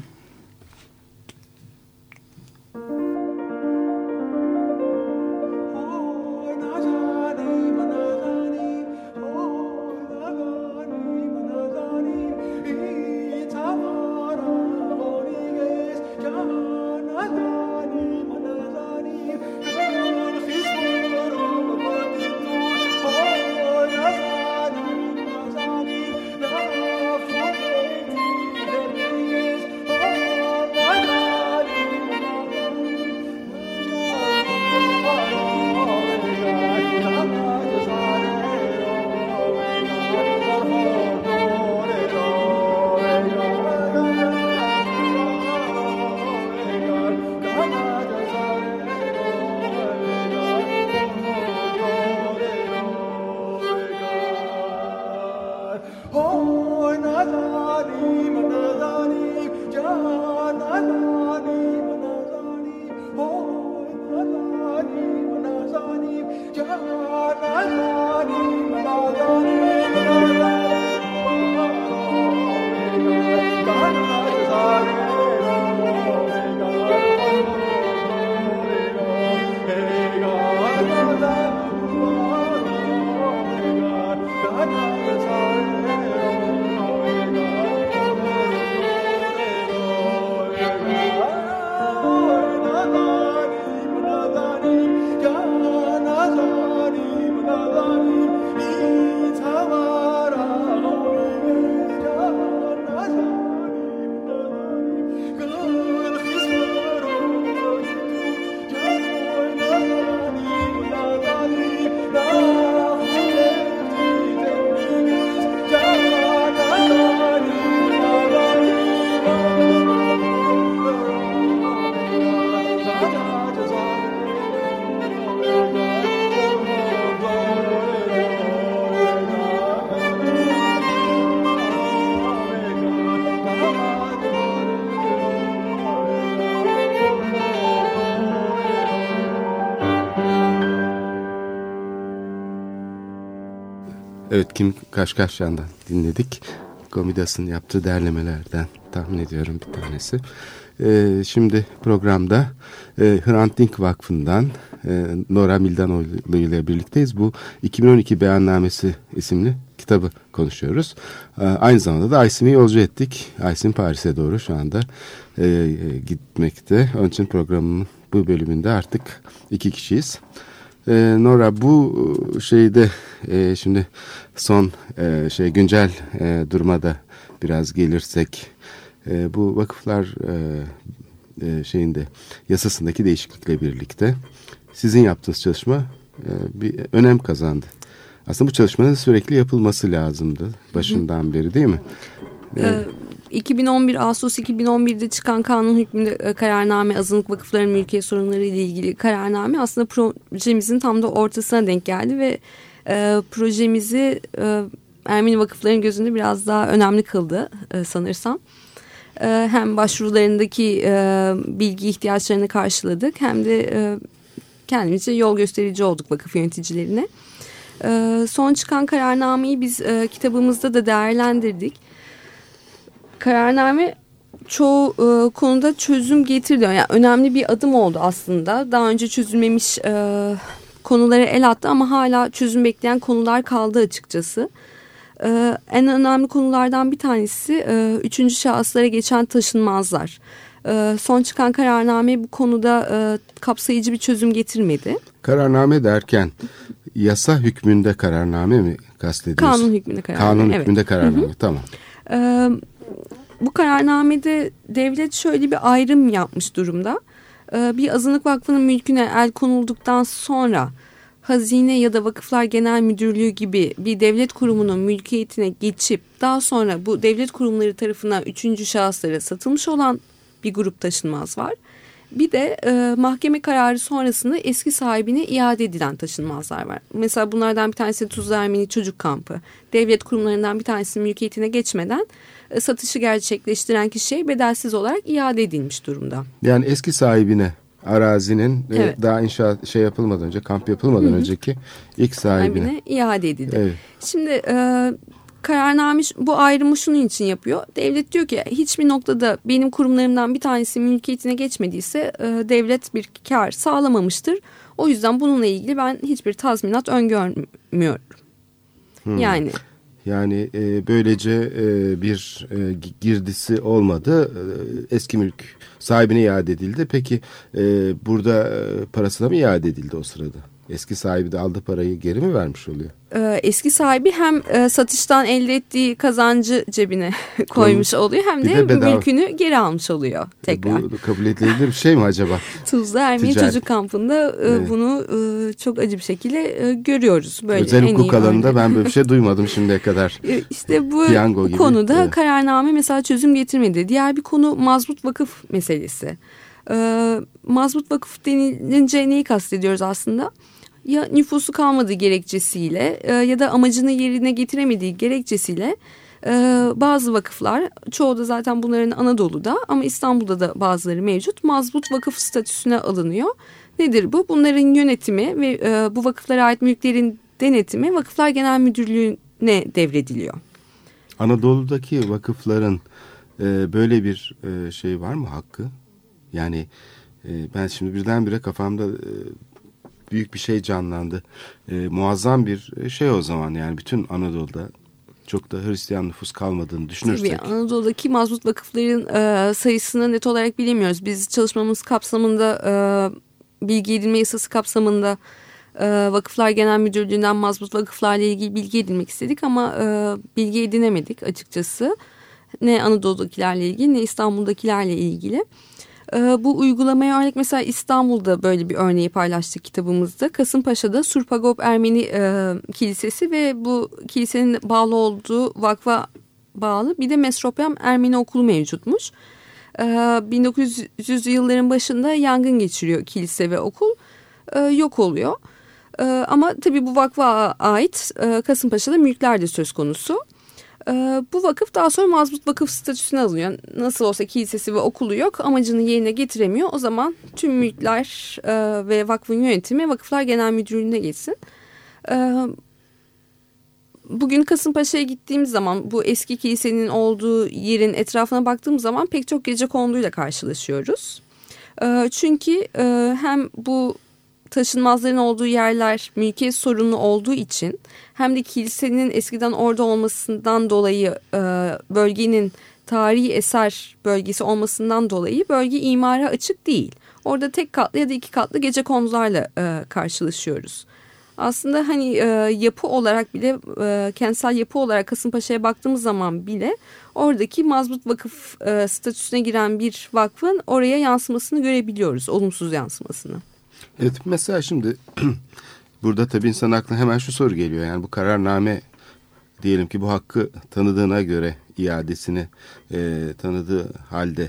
Evet, Kim Kaşkaşyan'dan dinledik. Komidas'ın yaptığı derlemelerden tahmin ediyorum bir tanesi. Şimdi programda Hrant Dink Vakfı'ndan Nora Mildanoğlu ile birlikteyiz. Bu 2012 Beyannamesi isimli kitabı konuşuyoruz. Aynı zamanda da Aysim'i yolcu ettik. Aysim Paris'e doğru şu anda gitmekte. Onun için programın bu bölümünde artık 2 kişiyiz. Nora, bu şeyde şimdi son güncel duruma da biraz gelirsek, bu vakıflar şeyinde yasasındaki değişiklikle birlikte sizin yaptığınız çalışma bir önem kazandı. Aslında bu çalışmanın sürekli yapılması lazımdı başından beri, değil mi? 2011 Ağustos 2011'de çıkan kanun hükmünde kararname, azınlık vakıfların mülkiyet sorunları ile ilgili kararname aslında projemizin tam da ortasına denk geldi ve projemizi Ermeni vakıfların gözünde biraz daha önemli kıldı sanırsam. Hem başvurularındaki bilgi ihtiyaçlarını karşıladık, hem de kendimizce yol gösterici olduk vakıf yöneticilerine. Son çıkan kararnameyi biz kitabımızda da değerlendirdik. Kararname çoğu konuda çözüm getirdi. Yani önemli bir adım oldu aslında. Daha önce çözülmemiş konulara el attı ama hala çözüm bekleyen konular kaldı açıkçası. En önemli konulardan bir tanesi üçüncü şahıslara geçen taşınmazlar. Son çıkan kararname bu konuda kapsayıcı bir çözüm getirmedi. Kararname derken yasa hükmünde kararname mi kastediyorsun? Kanun hükmünde kararname. Kanun hükmünde kararname, evet. Tamam. Bu kararnamede devlet şöyle bir ayrım yapmış durumda. Bir azınlık vakfının mülküne el konulduktan sonra Hazine ya da Vakıflar Genel Müdürlüğü gibi bir devlet kurumunun mülkiyetine geçip daha sonra bu devlet kurumları tarafından üçüncü şahıslara satılmış olan bir grup taşınmaz var. Bir de mahkeme kararı sonrasında eski sahibine iade edilen taşınmazlar var. Mesela bunlardan bir tanesi Tuzla Ermeni Çocuk Kampı. Devlet kurumlarından bir tanesinin mülkiyetine geçmeden satışı gerçekleştiren kişiye bedelsiz olarak iade edilmiş durumda. Yani eski sahibine arazinin evet, daha inşaat yapılmadan önce, kamp yapılmadan önceki ilk sahibine iade edildi. Evet. Şimdi kararname bu ayrımı şunun için yapıyor. Devlet diyor ki hiçbir noktada benim kurumlarımdan bir tanesi mülkiyetine geçmediyse devlet bir kar sağlamamıştır. O yüzden bununla ilgili ben hiçbir tazminat öngörmüyorum. Yani böylece bir girdisi olmadı. Eski mülk sahibine iade edildi. Peki burada parasına mı iade edildi o sırada? Eski sahibi de aldığı parayı geri mi vermiş oluyor? Eski sahibi hem satıştan elde ettiği kazancı cebine koymuş oluyor, hem de mülkünü geri almış oluyor tekrar. Bu kabul edilebilir bir şey mi acaba? Tuzla Ermeni Çocuk Kampı'nda bunu çok acı bir şekilde görüyoruz. Böyle özel hukuk alanında ben böyle bir şey duymadım şimdiye kadar. İşte bu konuda kararname mesela çözüm getirmedi. Diğer bir konu mazbut vakıf meselesi. Mazbut vakıf denilince neyi kastediyoruz aslında? Ya nüfusu kalmadığı gerekçesiyle ya da amacını yerine getiremediği gerekçesiyle bazı vakıflar, çoğu da zaten bunların Anadolu'da ama İstanbul'da da bazıları mevcut, mazbut vakıf statüsüne alınıyor. Nedir bu? Bunların yönetimi ve bu vakıflara ait mülklerin denetimi Vakıflar Genel Müdürlüğü'ne devrediliyor. Anadolu'daki vakıfların böyle bir şey var mı, hakkı? Yani ben şimdi birdenbire kafamda büyük bir şey canlandı. Muazzam bir şey o zaman, yani bütün Anadolu'da çok da Hristiyan nüfus kalmadığını düşünürsek. Tabii Anadolu'daki mazbut vakıfların sayısını net olarak bilemiyoruz. Biz çalışmamız kapsamında bilgi edinme yasası kapsamında Vakıflar Genel Müdürlüğü'nden mazbut vakıflarla ilgili bilgi edinmek istedik ama bilgi edinemedik açıkçası. Ne Anadolu'dakilerle ilgili ne İstanbul'dakilerle ilgili. Bu uygulamaya örnek mesela İstanbul'da böyle bir örneği paylaştık kitabımızda. Kasımpaşa'da Surpagop Ermeni Kilisesi ve bu kilisenin bağlı olduğu vakfa bağlı bir de Mesropyam Ermeni Okulu mevcutmuş. 1900 yılların başında yangın geçiriyor kilise ve okul, yok oluyor. Ama tabii bu vakfa ait Kasımpaşa'da mülkler de söz konusu. Bu vakıf daha sonra mazbut vakıf statüsüne alınıyor. Nasıl olsa kilisesi ve okulu yok, amacını yerine getiremiyor. O zaman tüm mülkler ve vakfın yönetimi Vakıflar Genel Müdürlüğü'ne geçsin. bugün Kasımpaşa'ya gittiğimiz zaman bu eski kilisenin olduğu yerin etrafına baktığımız zaman pek çok gecekondu'yla karşılaşıyoruz. Çünkü hem bu taşınmazların olduğu yerler mülkiyet sorunlu olduğu için hem de kilisenin eskiden orada olmasından dolayı bölgenin tarihi eser bölgesi olmasından dolayı bölge imara açık değil. Orada tek katlı ya da 2 katlı gecekondularla karşılaşıyoruz. Aslında hani yapı olarak bile kentsel yapı olarak Kasımpaşa'ya baktığımız zaman bile oradaki mazbut vakıf statüsüne giren bir vakfın oraya yansımasını görebiliyoruz. Olumsuz yansımasını. Evet, mesela şimdi burada tabii insan aklına hemen şu soru geliyor. Yani bu kararname diyelim ki bu hakkı tanıdığına göre iadesini tanıdığı halde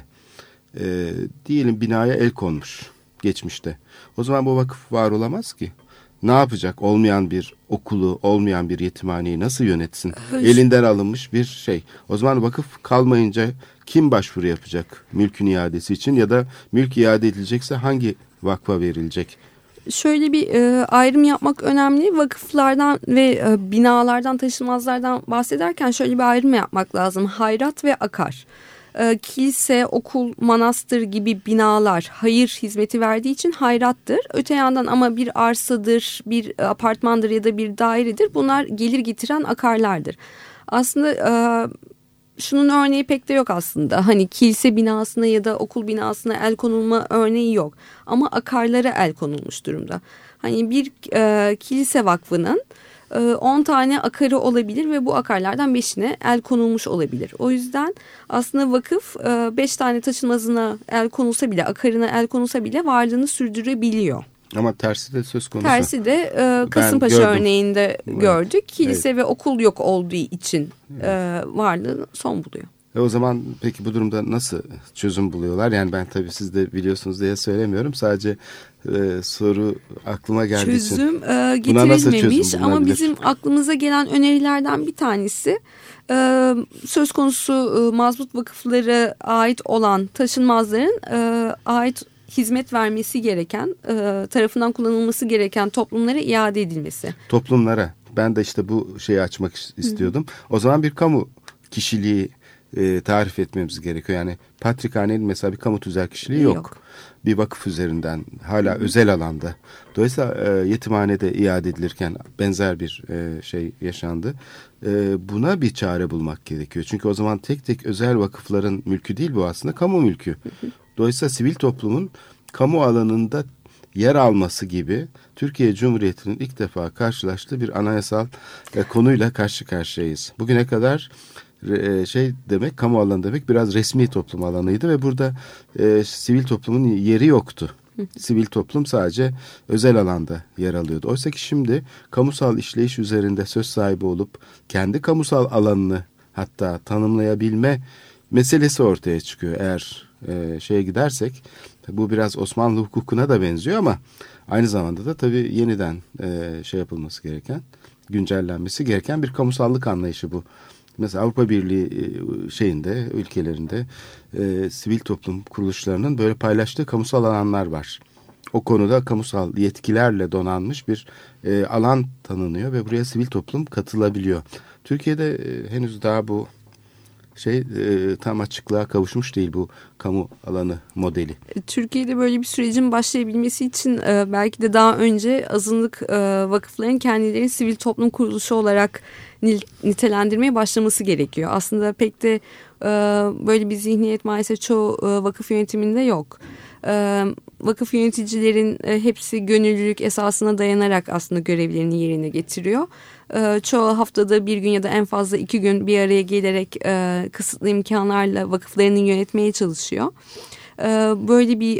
diyelim binaya el konmuş geçmişte. O zaman bu vakıf var olamaz ki. Ne yapacak? Olmayan bir okulu, olmayan bir yetimhaneyi nasıl yönetsin? Elinden alınmış bir şey. O zaman vakıf kalmayınca kim başvuru yapacak mülkün iadesi için ya da mülk iade edilecekse hangi vakfa verilecek? Şöyle bir ayrım yapmak önemli. Vakıflardan ve binalardan, taşınmazlardan bahsederken şöyle bir ayrım yapmak lazım. Hayrat ve akar. Kilise, okul, manastır gibi binalar hayır hizmeti verdiği için hayrattır. Öte yandan ama bir arsadır, bir apartmandır ya da bir dairedir. Bunlar gelir getiren akarlardır. Aslında şunun örneği pek de yok aslında. Hani kilise binasına ya da okul binasına el konulma örneği yok. Ama akarlara el konulmuş durumda. Hani bir kilise vakfının 10 tane akarı olabilir ve bu akarlardan 5'ine el konulmuş olabilir. O yüzden aslında vakıf 5 tane taşınmazına el konulsa bile, akarına el konulsa bile varlığını sürdürebiliyor. Ama tersi de söz konusu. Tersi de Kasımpaşa örneğinde gördük. Kilise ve okul yok olduğu için varlığı son buluyor. O zaman peki bu durumda nasıl çözüm buluyorlar? Yani ben tabii siz de biliyorsunuz diye söylemiyorum. Sadece soru aklıma geldiği için. Çözüm getirilmemiş ama bizim aklımıza gelen önerilerden bir tanesi söz konusu mazbut vakıflara ait olan taşınmazların ait hizmet vermesi gereken, tarafından kullanılması gereken toplumlara iade edilmesi. Toplumlara. Ben de işte bu şeyi açmak istiyordum. O zaman bir kamu kişiliği tarif etmemiz gerekiyor. Yani Patrikhane'nin mesela bir kamu tüzel kişiliği yok. Bir vakıf üzerinden hala özel alanda. Dolayısıyla yetimhanede iade edilirken benzer bir şey yaşandı. Buna bir çare bulmak gerekiyor. Çünkü o zaman tek tek özel vakıfların mülkü değil, bu aslında kamu mülkü. Dolayısıyla sivil toplumun kamu alanında yer alması gibi Türkiye Cumhuriyeti'nin ilk defa karşılaştığı bir anayasal konuyla karşı karşıyayız. Bugüne kadar demek, kamu alanı demek biraz resmi toplum alanıydı ve burada sivil toplumun yeri yoktu. Sivil toplum sadece özel alanda yer alıyordu. Oysa ki şimdi kamusal işleyiş üzerinde söz sahibi olup kendi kamusal alanını hatta tanımlayabilme meselesi ortaya çıkıyor. Eğer şeye gidersek, bu biraz Osmanlı hukukuna da benziyor ama aynı zamanda da tabii yeniden şey yapılması gereken, güncellenmesi gereken bir kamusallık anlayışı bu. Mesela Avrupa Birliği şeyinde, ülkelerinde sivil toplum kuruluşlarının böyle paylaştığı kamusal alanlar var. O konuda kamusal yetkilerle donanmış bir alan tanınıyor ve buraya sivil toplum katılabiliyor. Türkiye'de henüz daha bu tam açıklığa kavuşmuş değil, bu kamu alanı modeli. Türkiye'de böyle bir sürecin başlayabilmesi için belki de daha önce azınlık vakıfların kendilerini sivil toplum kuruluşu olarak nitelendirmeye başlaması gerekiyor. Aslında pek de böyle bir zihniyet maalesef çoğu vakıf yönetiminde yok. Vakıf yöneticilerin hepsi gönüllülük esasına dayanarak aslında görevlerini yerine getiriyor. Çoğu haftada bir gün ya da en fazla 2 gün bir araya gelerek kısıtlı imkanlarla vakıflarını yönetmeye çalışıyor. Böyle bir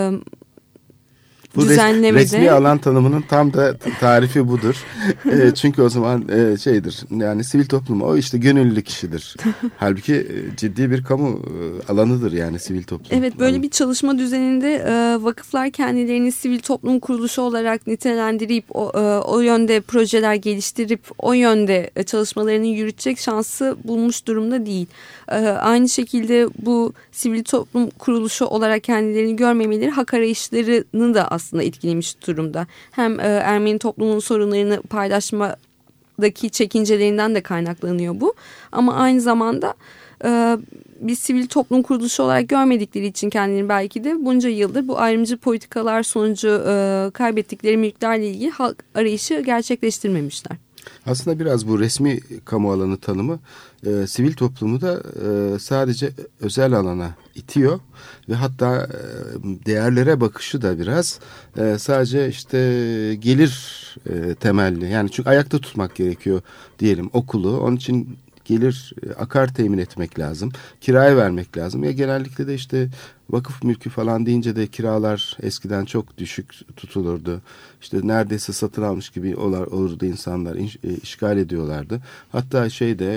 bu düzenlemede... resmi alan tanımının tam da tarifi budur. Çünkü o zaman yani sivil toplum o işte gönüllülük işidir. Halbuki ciddi bir kamu alanıdır yani sivil toplum. Evet, böyle bir çalışma düzeninde vakıflar kendilerini sivil toplum kuruluşu olarak nitelendirip o yönde projeler geliştirip o yönde çalışmalarını yürütecek şansı bulmuş durumda değil. Aynı şekilde bu sivil toplum kuruluşu olarak kendilerini görmemeleri hak arayışlarını da aslında etkilemiş durumda. Hem Ermeni toplumunun sorunlarını paylaşma daki çekincelerinden de kaynaklanıyor bu. Ama aynı zamanda bir sivil toplum kuruluşu olarak görmedikleri için kendilerini belki de bunca yıldır bu ayrımcı politikalar sonucu kaybettikleri mülklerle ilgili halk arayışı gerçekleştirmemişler. Aslında biraz bu resmi kamu alanı tanımı sivil toplumu da sadece özel alana itiyor ve hatta değerlere bakışı da biraz sadece işte gelir temelli. Yani çünkü ayakta tutmak gerekiyor diyelim okulu. Onun için gelir akar temin etmek lazım. Kiraya vermek lazım. Ya genellikle de işte vakıf mülkü falan deyince de kiralar eskiden çok düşük tutulurdu. İşte neredeyse satın almış gibi olurdu insanlar. İşgal ediyorlardı. Hatta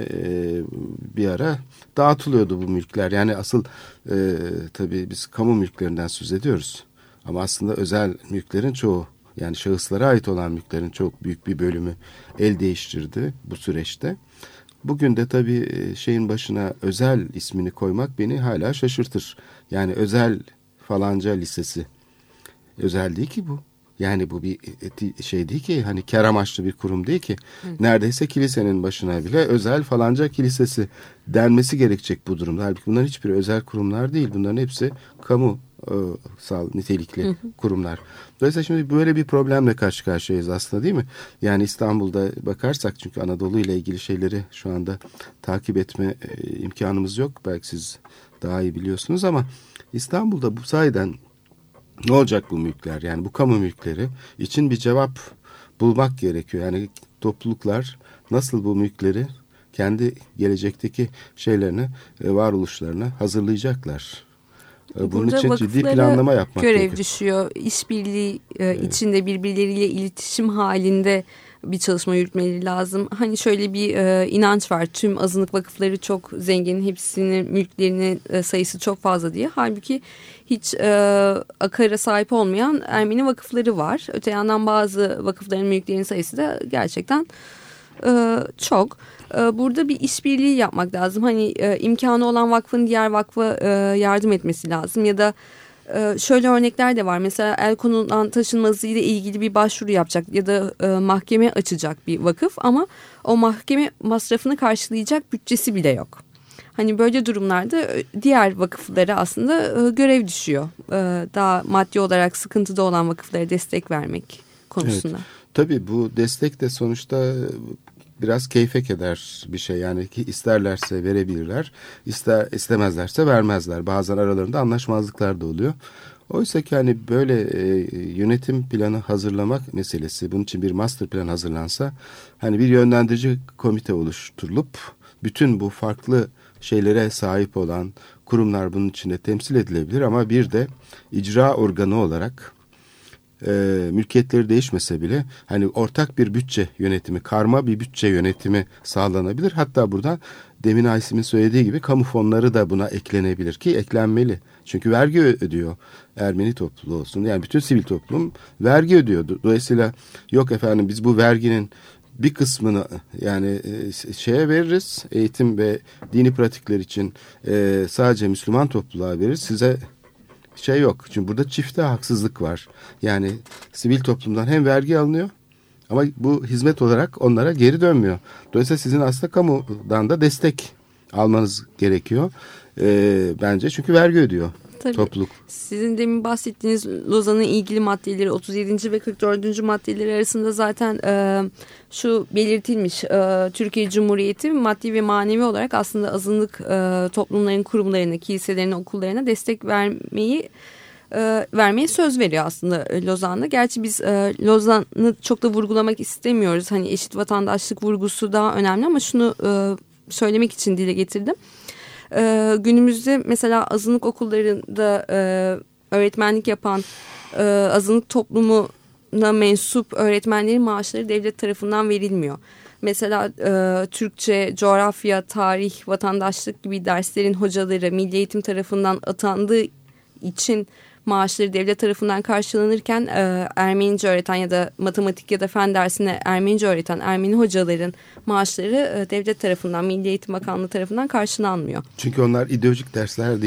bir ara dağıtılıyordu bu mülkler. Yani asıl tabii biz kamu mülklerinden söz ediyoruz. Ama aslında özel mülklerin çoğu, yani şahıslara ait olan mülklerin çok büyük bir bölümü el değiştirdi bu süreçte. Bugün de tabii şeyin başına özel ismini koymak beni hala şaşırtır. Yani özel falanca lisesi. Özel değil ki bu. Yani bu bir şey değil ki, hani kar amaçlı bir kurum değil ki. Neredeyse kilisenin başına bile özel falanca kilisesi denmesi gerekecek bu durumda. Halbuki bunların hiçbiri özel kurumlar değil. Bunların hepsi kamusal nitelikli kurumlar. Dolayısıyla şimdi böyle bir problemle karşı karşıyayız aslında, değil mi? Yani İstanbul'da bakarsak, çünkü Anadolu ile ilgili şeyleri şu anda takip etme imkanımız yok. Belki siz daha iyi biliyorsunuz ama İstanbul'da bu sayeden ne olacak bu mülkler? Yani bu kamu mülkleri için bir cevap bulmak gerekiyor. Yani topluluklar nasıl bu mülkleri kendi gelecekteki şeylerini, varoluşlarını hazırlayacaklar? Bunun için ciddi planlama yapmak görev gerekiyor. Düşüyor. İşbirliği içinde birbirleriyle iletişim halinde bir çalışma yürütmeleri lazım. Hani şöyle bir inanç var. Tüm azınlık vakıfları çok zengin. Hepsinin mülklerinin sayısı çok fazla diye. Halbuki hiç akara sahip olmayan Ermeni vakıfları var. Öte yandan bazı vakıfların mülklerinin sayısı da gerçekten çok. Burada bir işbirliği yapmak lazım. Hani imkanı olan vakfın diğer vakfa yardım etmesi lazım. Ya da şöyle örnekler de var. Mesela el konulan taşınması ile ilgili bir başvuru yapacak ya da mahkeme açacak bir vakıf ama o mahkeme masrafını karşılayacak bütçesi bile yok. Hani böyle durumlarda diğer vakıflara aslında görev düşüyor. Daha maddi olarak sıkıntıda olan vakıflara destek vermek konusunda. Evet. Tabii bu destek de sonuçta biraz keyfek eder bir şey. Yani ki isterlerse verebilirler, istemezlerse vermezler. Bazen aralarında anlaşmazlıklar da oluyor. Oysa ki hani böyle yönetim planı hazırlamak meselesi, bunun için bir master plan hazırlansa, hani bir yönlendirici komite oluşturulup bütün bu farklı şeylere sahip olan kurumlar bunun içinde temsil edilebilir ama bir de icra organı olarak mülkiyetleri değişmese bile hani ortak bir bütçe yönetimi, karma bir bütçe yönetimi sağlanabilir. Hatta burada demin Aysim'in söylediği gibi kamu fonları da buna eklenebilir ki eklenmeli. Çünkü vergi ödüyor Ermeni topluluğu olsun. Yani bütün sivil toplum vergi ödüyor. Dolayısıyla yok efendim biz bu verginin bir kısmını yani şeye veririz, eğitim ve dini pratikler için sadece Müslüman topluluğa veririz. Size şey yok. Çünkü burada çifte haksızlık var. Yani sivil toplumdan hem vergi alınıyor ama bu hizmet olarak onlara geri dönmüyor. Dolayısıyla sizin aslında kamudan da destek almanız gerekiyor. Bence çünkü vergi ödüyor. Tabii. Topluluk. Sizin demin bahsettiğiniz Lozan'ın ilgili maddeleri 37. ve 44. maddeleri arasında zaten şu belirtilmiş, Türkiye Cumhuriyeti maddi ve manevi olarak aslında azınlık toplumların kurumlarına, kiliselerine, okullarına destek vermeye söz veriyor aslında Lozan'da. Gerçi biz Lozan'ı çok da vurgulamak istemiyoruz. Hani eşit vatandaşlık vurgusu daha önemli ama şunu söylemek için dile getirdim. Günümüzde mesela azınlık okullarında öğretmenlik yapan azınlık toplumuna mensup öğretmenlerin maaşları devlet tarafından verilmiyor. Mesela Türkçe, coğrafya, tarih, vatandaşlık gibi derslerin hocaları Milli Eğitim tarafından atandığı için maaşları devlet tarafından karşılanırken Ermenice öğreten ya da matematik ya da fen dersine Ermenice öğreten Ermeni hocaların maaşları devlet tarafından, Milli Eğitim Bakanlığı tarafından karşılanmıyor. Çünkü onlar ideolojik dersler değil.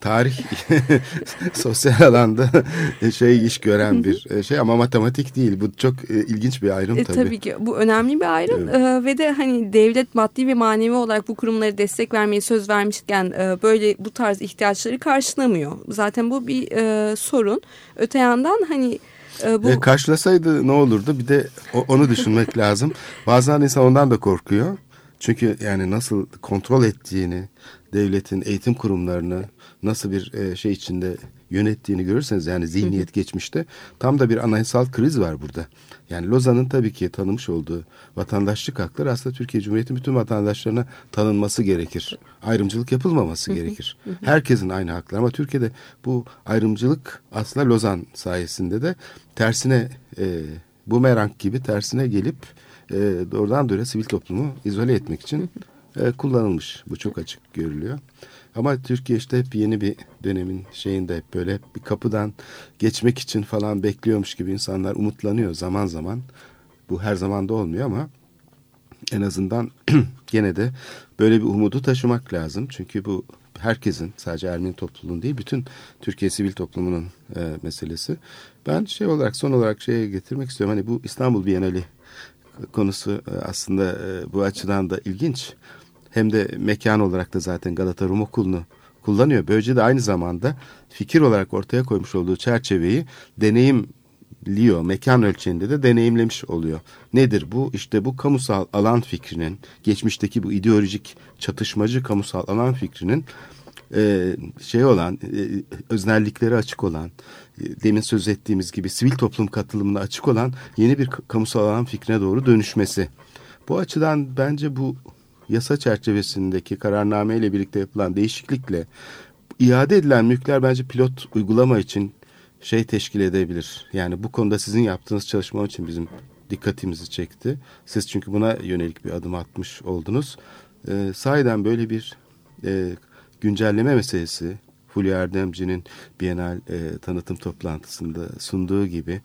tarih sosyal alanda iş gören bir şey ama matematik değil. Bu çok ilginç bir ayrım tabii. Tabii ki bu önemli bir ayrım. Evet. Ve de hani devlet maddi ve manevi olarak bu kurumlara destek vermeye söz vermişken böyle bu tarz ihtiyaçları karşılamıyor. Zaten bu bir sorun. Öte yandan hani karşılasaydı ne olurdu? Bir de onu düşünmek lazım. Bazen insan ondan da korkuyor. Çünkü yani nasıl kontrol ettiğini, devletin eğitim kurumlarını nasıl bir şey içinde yönettiğini görürseniz, yani zihniyet geçmişte tam da bir anayasal kriz var burada. Yani Lozan'ın tabii ki tanımış olduğu vatandaşlık hakları aslında Türkiye Cumhuriyeti'nin bütün vatandaşlarına tanınması gerekir. Ayrımcılık yapılmaması gerekir. Herkesin aynı hakları ama Türkiye'de bu ayrımcılık aslında Lozan sayesinde de tersine bumerang gibi tersine gelip doğrudan doğruya sivil toplumu izole etmek için kullanılmış. Bu çok açık görülüyor. Ama Türkiye işte hep yeni bir dönemin şeyinde hep böyle bir kapıdan geçmek için falan bekliyormuş gibi insanlar umutlanıyor zaman zaman. Bu her zaman da olmuyor ama en azından gene de böyle bir umudu taşımak lazım. Çünkü bu herkesin, sadece Ermeni topluluğunun değil, bütün Türkiye sivil toplumunun meselesi. Ben son olarak getirmek istiyorum. Hani bu İstanbul Bienali konusu aslında bu açıdan da ilginç. Hem de mekan olarak da zaten Galata Rum Okulu'nu kullanıyor. Böylece de aynı zamanda fikir olarak ortaya koymuş olduğu çerçeveyi deneyimliyor. Mekan ölçeğinde de deneyimlemiş oluyor. Nedir bu? İşte bu kamusal alan fikrinin, geçmişteki bu ideolojik çatışmacı kamusal alan fikrinin öznellikleri açık olan, demin söz ettiğimiz gibi sivil toplum katılımına açık olan yeni bir kamusal alan fikrine doğru dönüşmesi. Bu açıdan bence bu yasa çerçevesindeki kararnameyle birlikte yapılan değişiklikle iade edilen mülkler bence pilot uygulama için teşkil edebilir. Yani bu konuda sizin yaptığınız çalışma için bizim dikkatimizi çekti. Siz çünkü buna yönelik bir adım atmış oldunuz. Sahiden böyle bir güncelleme meselesi, Fulya Erdemci'nin Bienal tanıtım toplantısında sunduğu gibi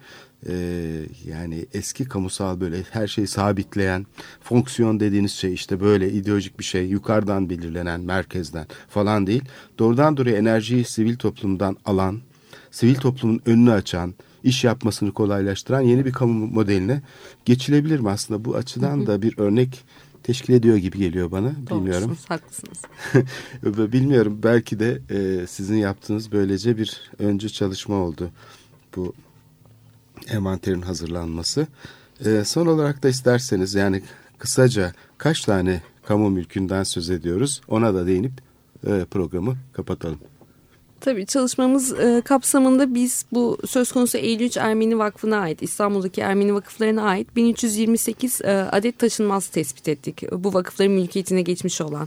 yani eski kamusal böyle her şeyi sabitleyen fonksiyon dediğiniz şey işte böyle ideolojik bir şey, yukarıdan belirlenen, merkezden falan değil. Doğrudan doğruya enerjiyi sivil toplumdan alan, sivil toplumun önünü açan, iş yapmasını kolaylaştıran yeni bir kamu modeline geçilebilir mi aslında? Bu açıdan da bir örnek teşkil ediyor gibi geliyor bana. Bilmiyorum. Doğrusunuz, haklısınız. Bilmiyorum, belki de sizin yaptığınız böylece bir öncü çalışma oldu bu envanterin hazırlanması. Son olarak da isterseniz yani kısaca kaç tane kamu mülkünden söz ediyoruz, ona da değinip programı kapatalım. Tabii çalışmamız kapsamında biz bu söz konusu Eylül 3 Ermeni Vakfı'na ait, İstanbul'daki Ermeni vakıflarına ait 1328 adet taşınmaz tespit ettik. Bu vakıfların mülkiyetine geçmiş olan.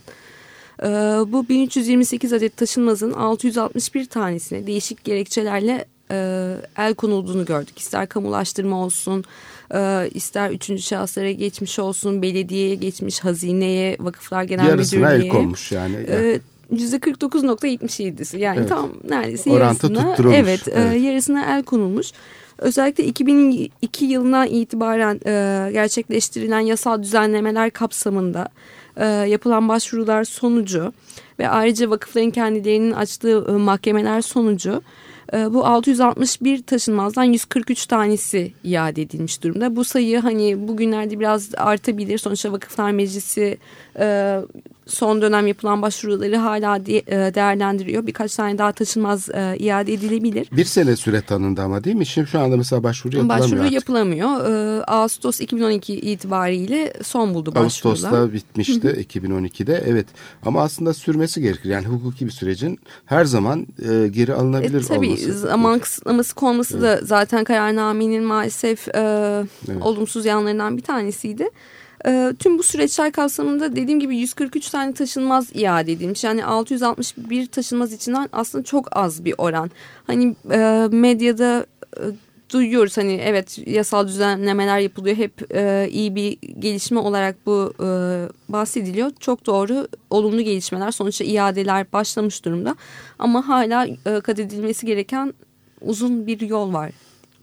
Bu 1328 adet taşınmazın 661 tanesine değişik gerekçelerle el konulduğunu gördük. İster kamulaştırma olsun, ister üçüncü şahıslara geçmiş olsun, belediyeye geçmiş, hazineye, vakıflar genel yarısına müdürlüğe. el konmuş yani. %49.77'si yani evet. Tam neredeyse orantı yarısına. tutturulmuş. Evet, yarısına el konulmuş. Özellikle 2002 yılından itibaren gerçekleştirilen yasal düzenlemeler kapsamında yapılan başvurular sonucu ve ayrıca vakıfların kendilerinin açtığı mahkemeler sonucu bu 661 taşınmazdan 143 tanesi iade edilmiş durumda. Bu sayı hani bugünlerde biraz artabilir. Sonuçta Vakıflar Meclisi son dönem yapılan başvuruları hala değerlendiriyor. Birkaç tane daha taşınmaz iade edilebilir. Bir sene süre tanındı ama değil mi? Şimdi şu anda mesela başvuru yapılamıyor. Başvuru yapılamıyor. Ağustos 2012 itibariyle son buldu başvurular. Ağustos'ta bitmişti 2012'de. Evet. Ama aslında sürmesi gerekir. Yani hukuki bir sürecin her zaman geri alınabilir tabii, olması. Zaman kısıtlaması konması da zaten kararnamenin maalesef olumsuz yanlarından bir tanesiydi. Tüm bu süreçler kapsamında dediğim gibi 143 tane taşınmaz iade edilmiş. Yani 661 taşınmaz içinden aslında çok az bir oran. Hani medyada duyuyoruz hani evet yasal düzenlemeler yapılıyor. Hep iyi bir gelişme olarak bu bahsediliyor. Çok doğru, olumlu gelişmeler. Sonuçta iadeler başlamış durumda. Ama hala kat edilmesi gereken uzun bir yol var.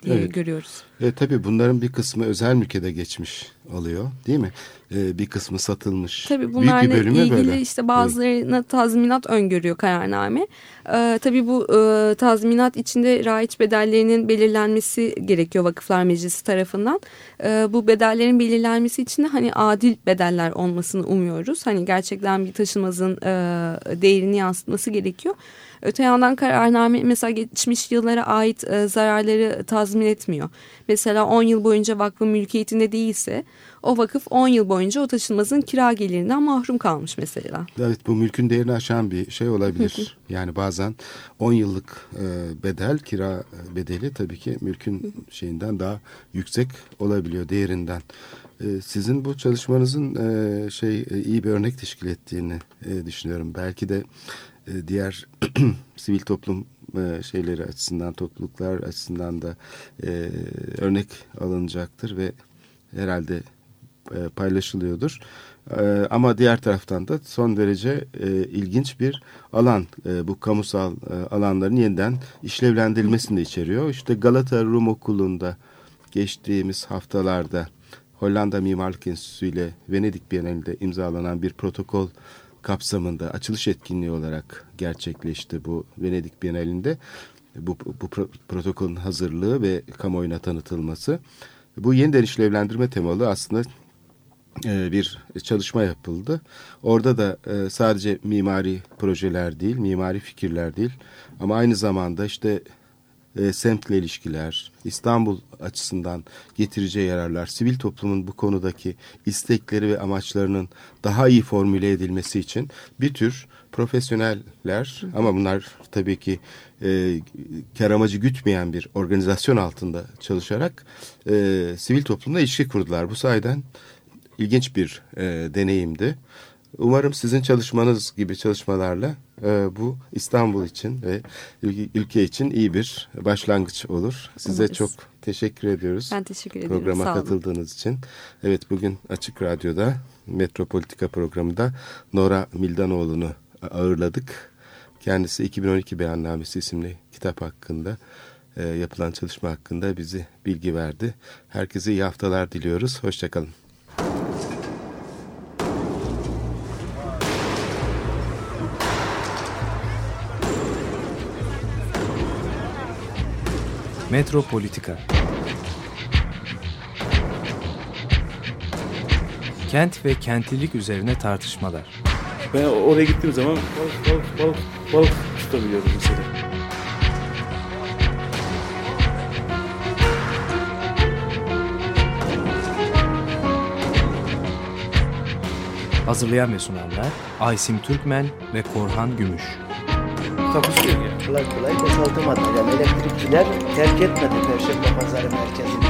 diye görüyoruz. Tabii bunların bir kısmı özel mülke geçmiş oluyor, değil mi? Bir kısmı satılmış. Tabii bunlarla büyük bir bölümü ilgili böyle. işte bazılarına tazminat öngörüyor kararname. Tabii bu tazminat içinde raiç bedellerinin belirlenmesi gerekiyor Vakıflar Meclisi tarafından. Bu bedellerin belirlenmesi için de hani adil bedeller olmasını umuyoruz. Hani gerçekten bir taşınmazın değerini yansıtması gerekiyor. Öte yandan kararname mesela geçmiş yıllara ait zararları tazmin etmiyor. Mesela 10 yıl boyunca vakfın mülkiyetinde değilse o vakıf 10 yıl boyunca o taşınmazın kira gelirinden mahrum kalmış mesela. Evet, bu mülkün değerini aşan bir şey olabilir. Yani bazen 10 yıllık bedel, kira bedeli tabii ki mülkün şeyinden daha yüksek olabiliyor, değerinden. Sizin bu çalışmanızın iyi bir örnek teşkil ettiğini düşünüyorum. Belki de diğer sivil toplum şeyleri açısından, topluluklar açısından da örnek alınacaktır ve herhalde paylaşılıyordur. Ama diğer taraftan da son derece ilginç bir alan. Bu kamusal alanların yeniden işlevlendirilmesini de içeriyor. İşte Galata Rum Okulu'nda geçtiğimiz haftalarda Hollanda Mimarlık Enstitüsü ile Venedik Bienalinde imzalanan bir protokol kapsamında açılış etkinliği olarak gerçekleşti bu Venedik Bienalinde. Bu protokolün hazırlığı ve kamuoyuna tanıtılması. Bu yeniden işlevlendirme temalı aslında bir çalışma yapıldı. Orada da sadece mimari projeler değil, mimari fikirler değil ama aynı zamanda işte semtle ilişkiler, İstanbul açısından getireceği yararlar, sivil toplumun bu konudaki istekleri ve amaçlarının daha iyi formüle edilmesi için bir tür profesyoneller ama bunlar tabii ki kar amacı gütmeyen bir organizasyon altında çalışarak sivil toplumla ilişki kurdular. Bu sayeden ilginç bir deneyimdi. Umarım sizin çalışmanız gibi çalışmalarla bu İstanbul için ve ülke için iyi bir başlangıç olur. Size Umarız. çok teşekkür ediyoruz. Ben teşekkür ederim. Programa Sağ olun. katıldığınız için. Evet, bugün Açık Radyo'da Metropolitika programında Nora Mildanoğlu'nu ağırladık. Kendisi 2012 Beyannamesi isimli kitap hakkında yapılan çalışma hakkında bize bilgi verdi. Herkese iyi haftalar diliyoruz. Hoşçakalın. Metropolitika. Kent ve kentlilik üzerine tartışmalar. Ben oraya gittiğim zaman balık tutabiliyorum mesela. Hazırlayan ve sunanlar Aysim Türkmen ve Korhan Gümüş. Takusuyor ya. Kolay kolay boşaltamadı. Yani elektrikçiler terk etmedi Perşembe Pazarı merkezini.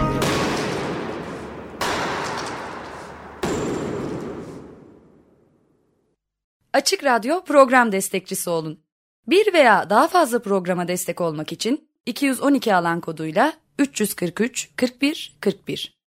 Açık Radyo program destekçisi olun. Bir veya daha fazla programa destek olmak için 212 alan koduyla 343 41 41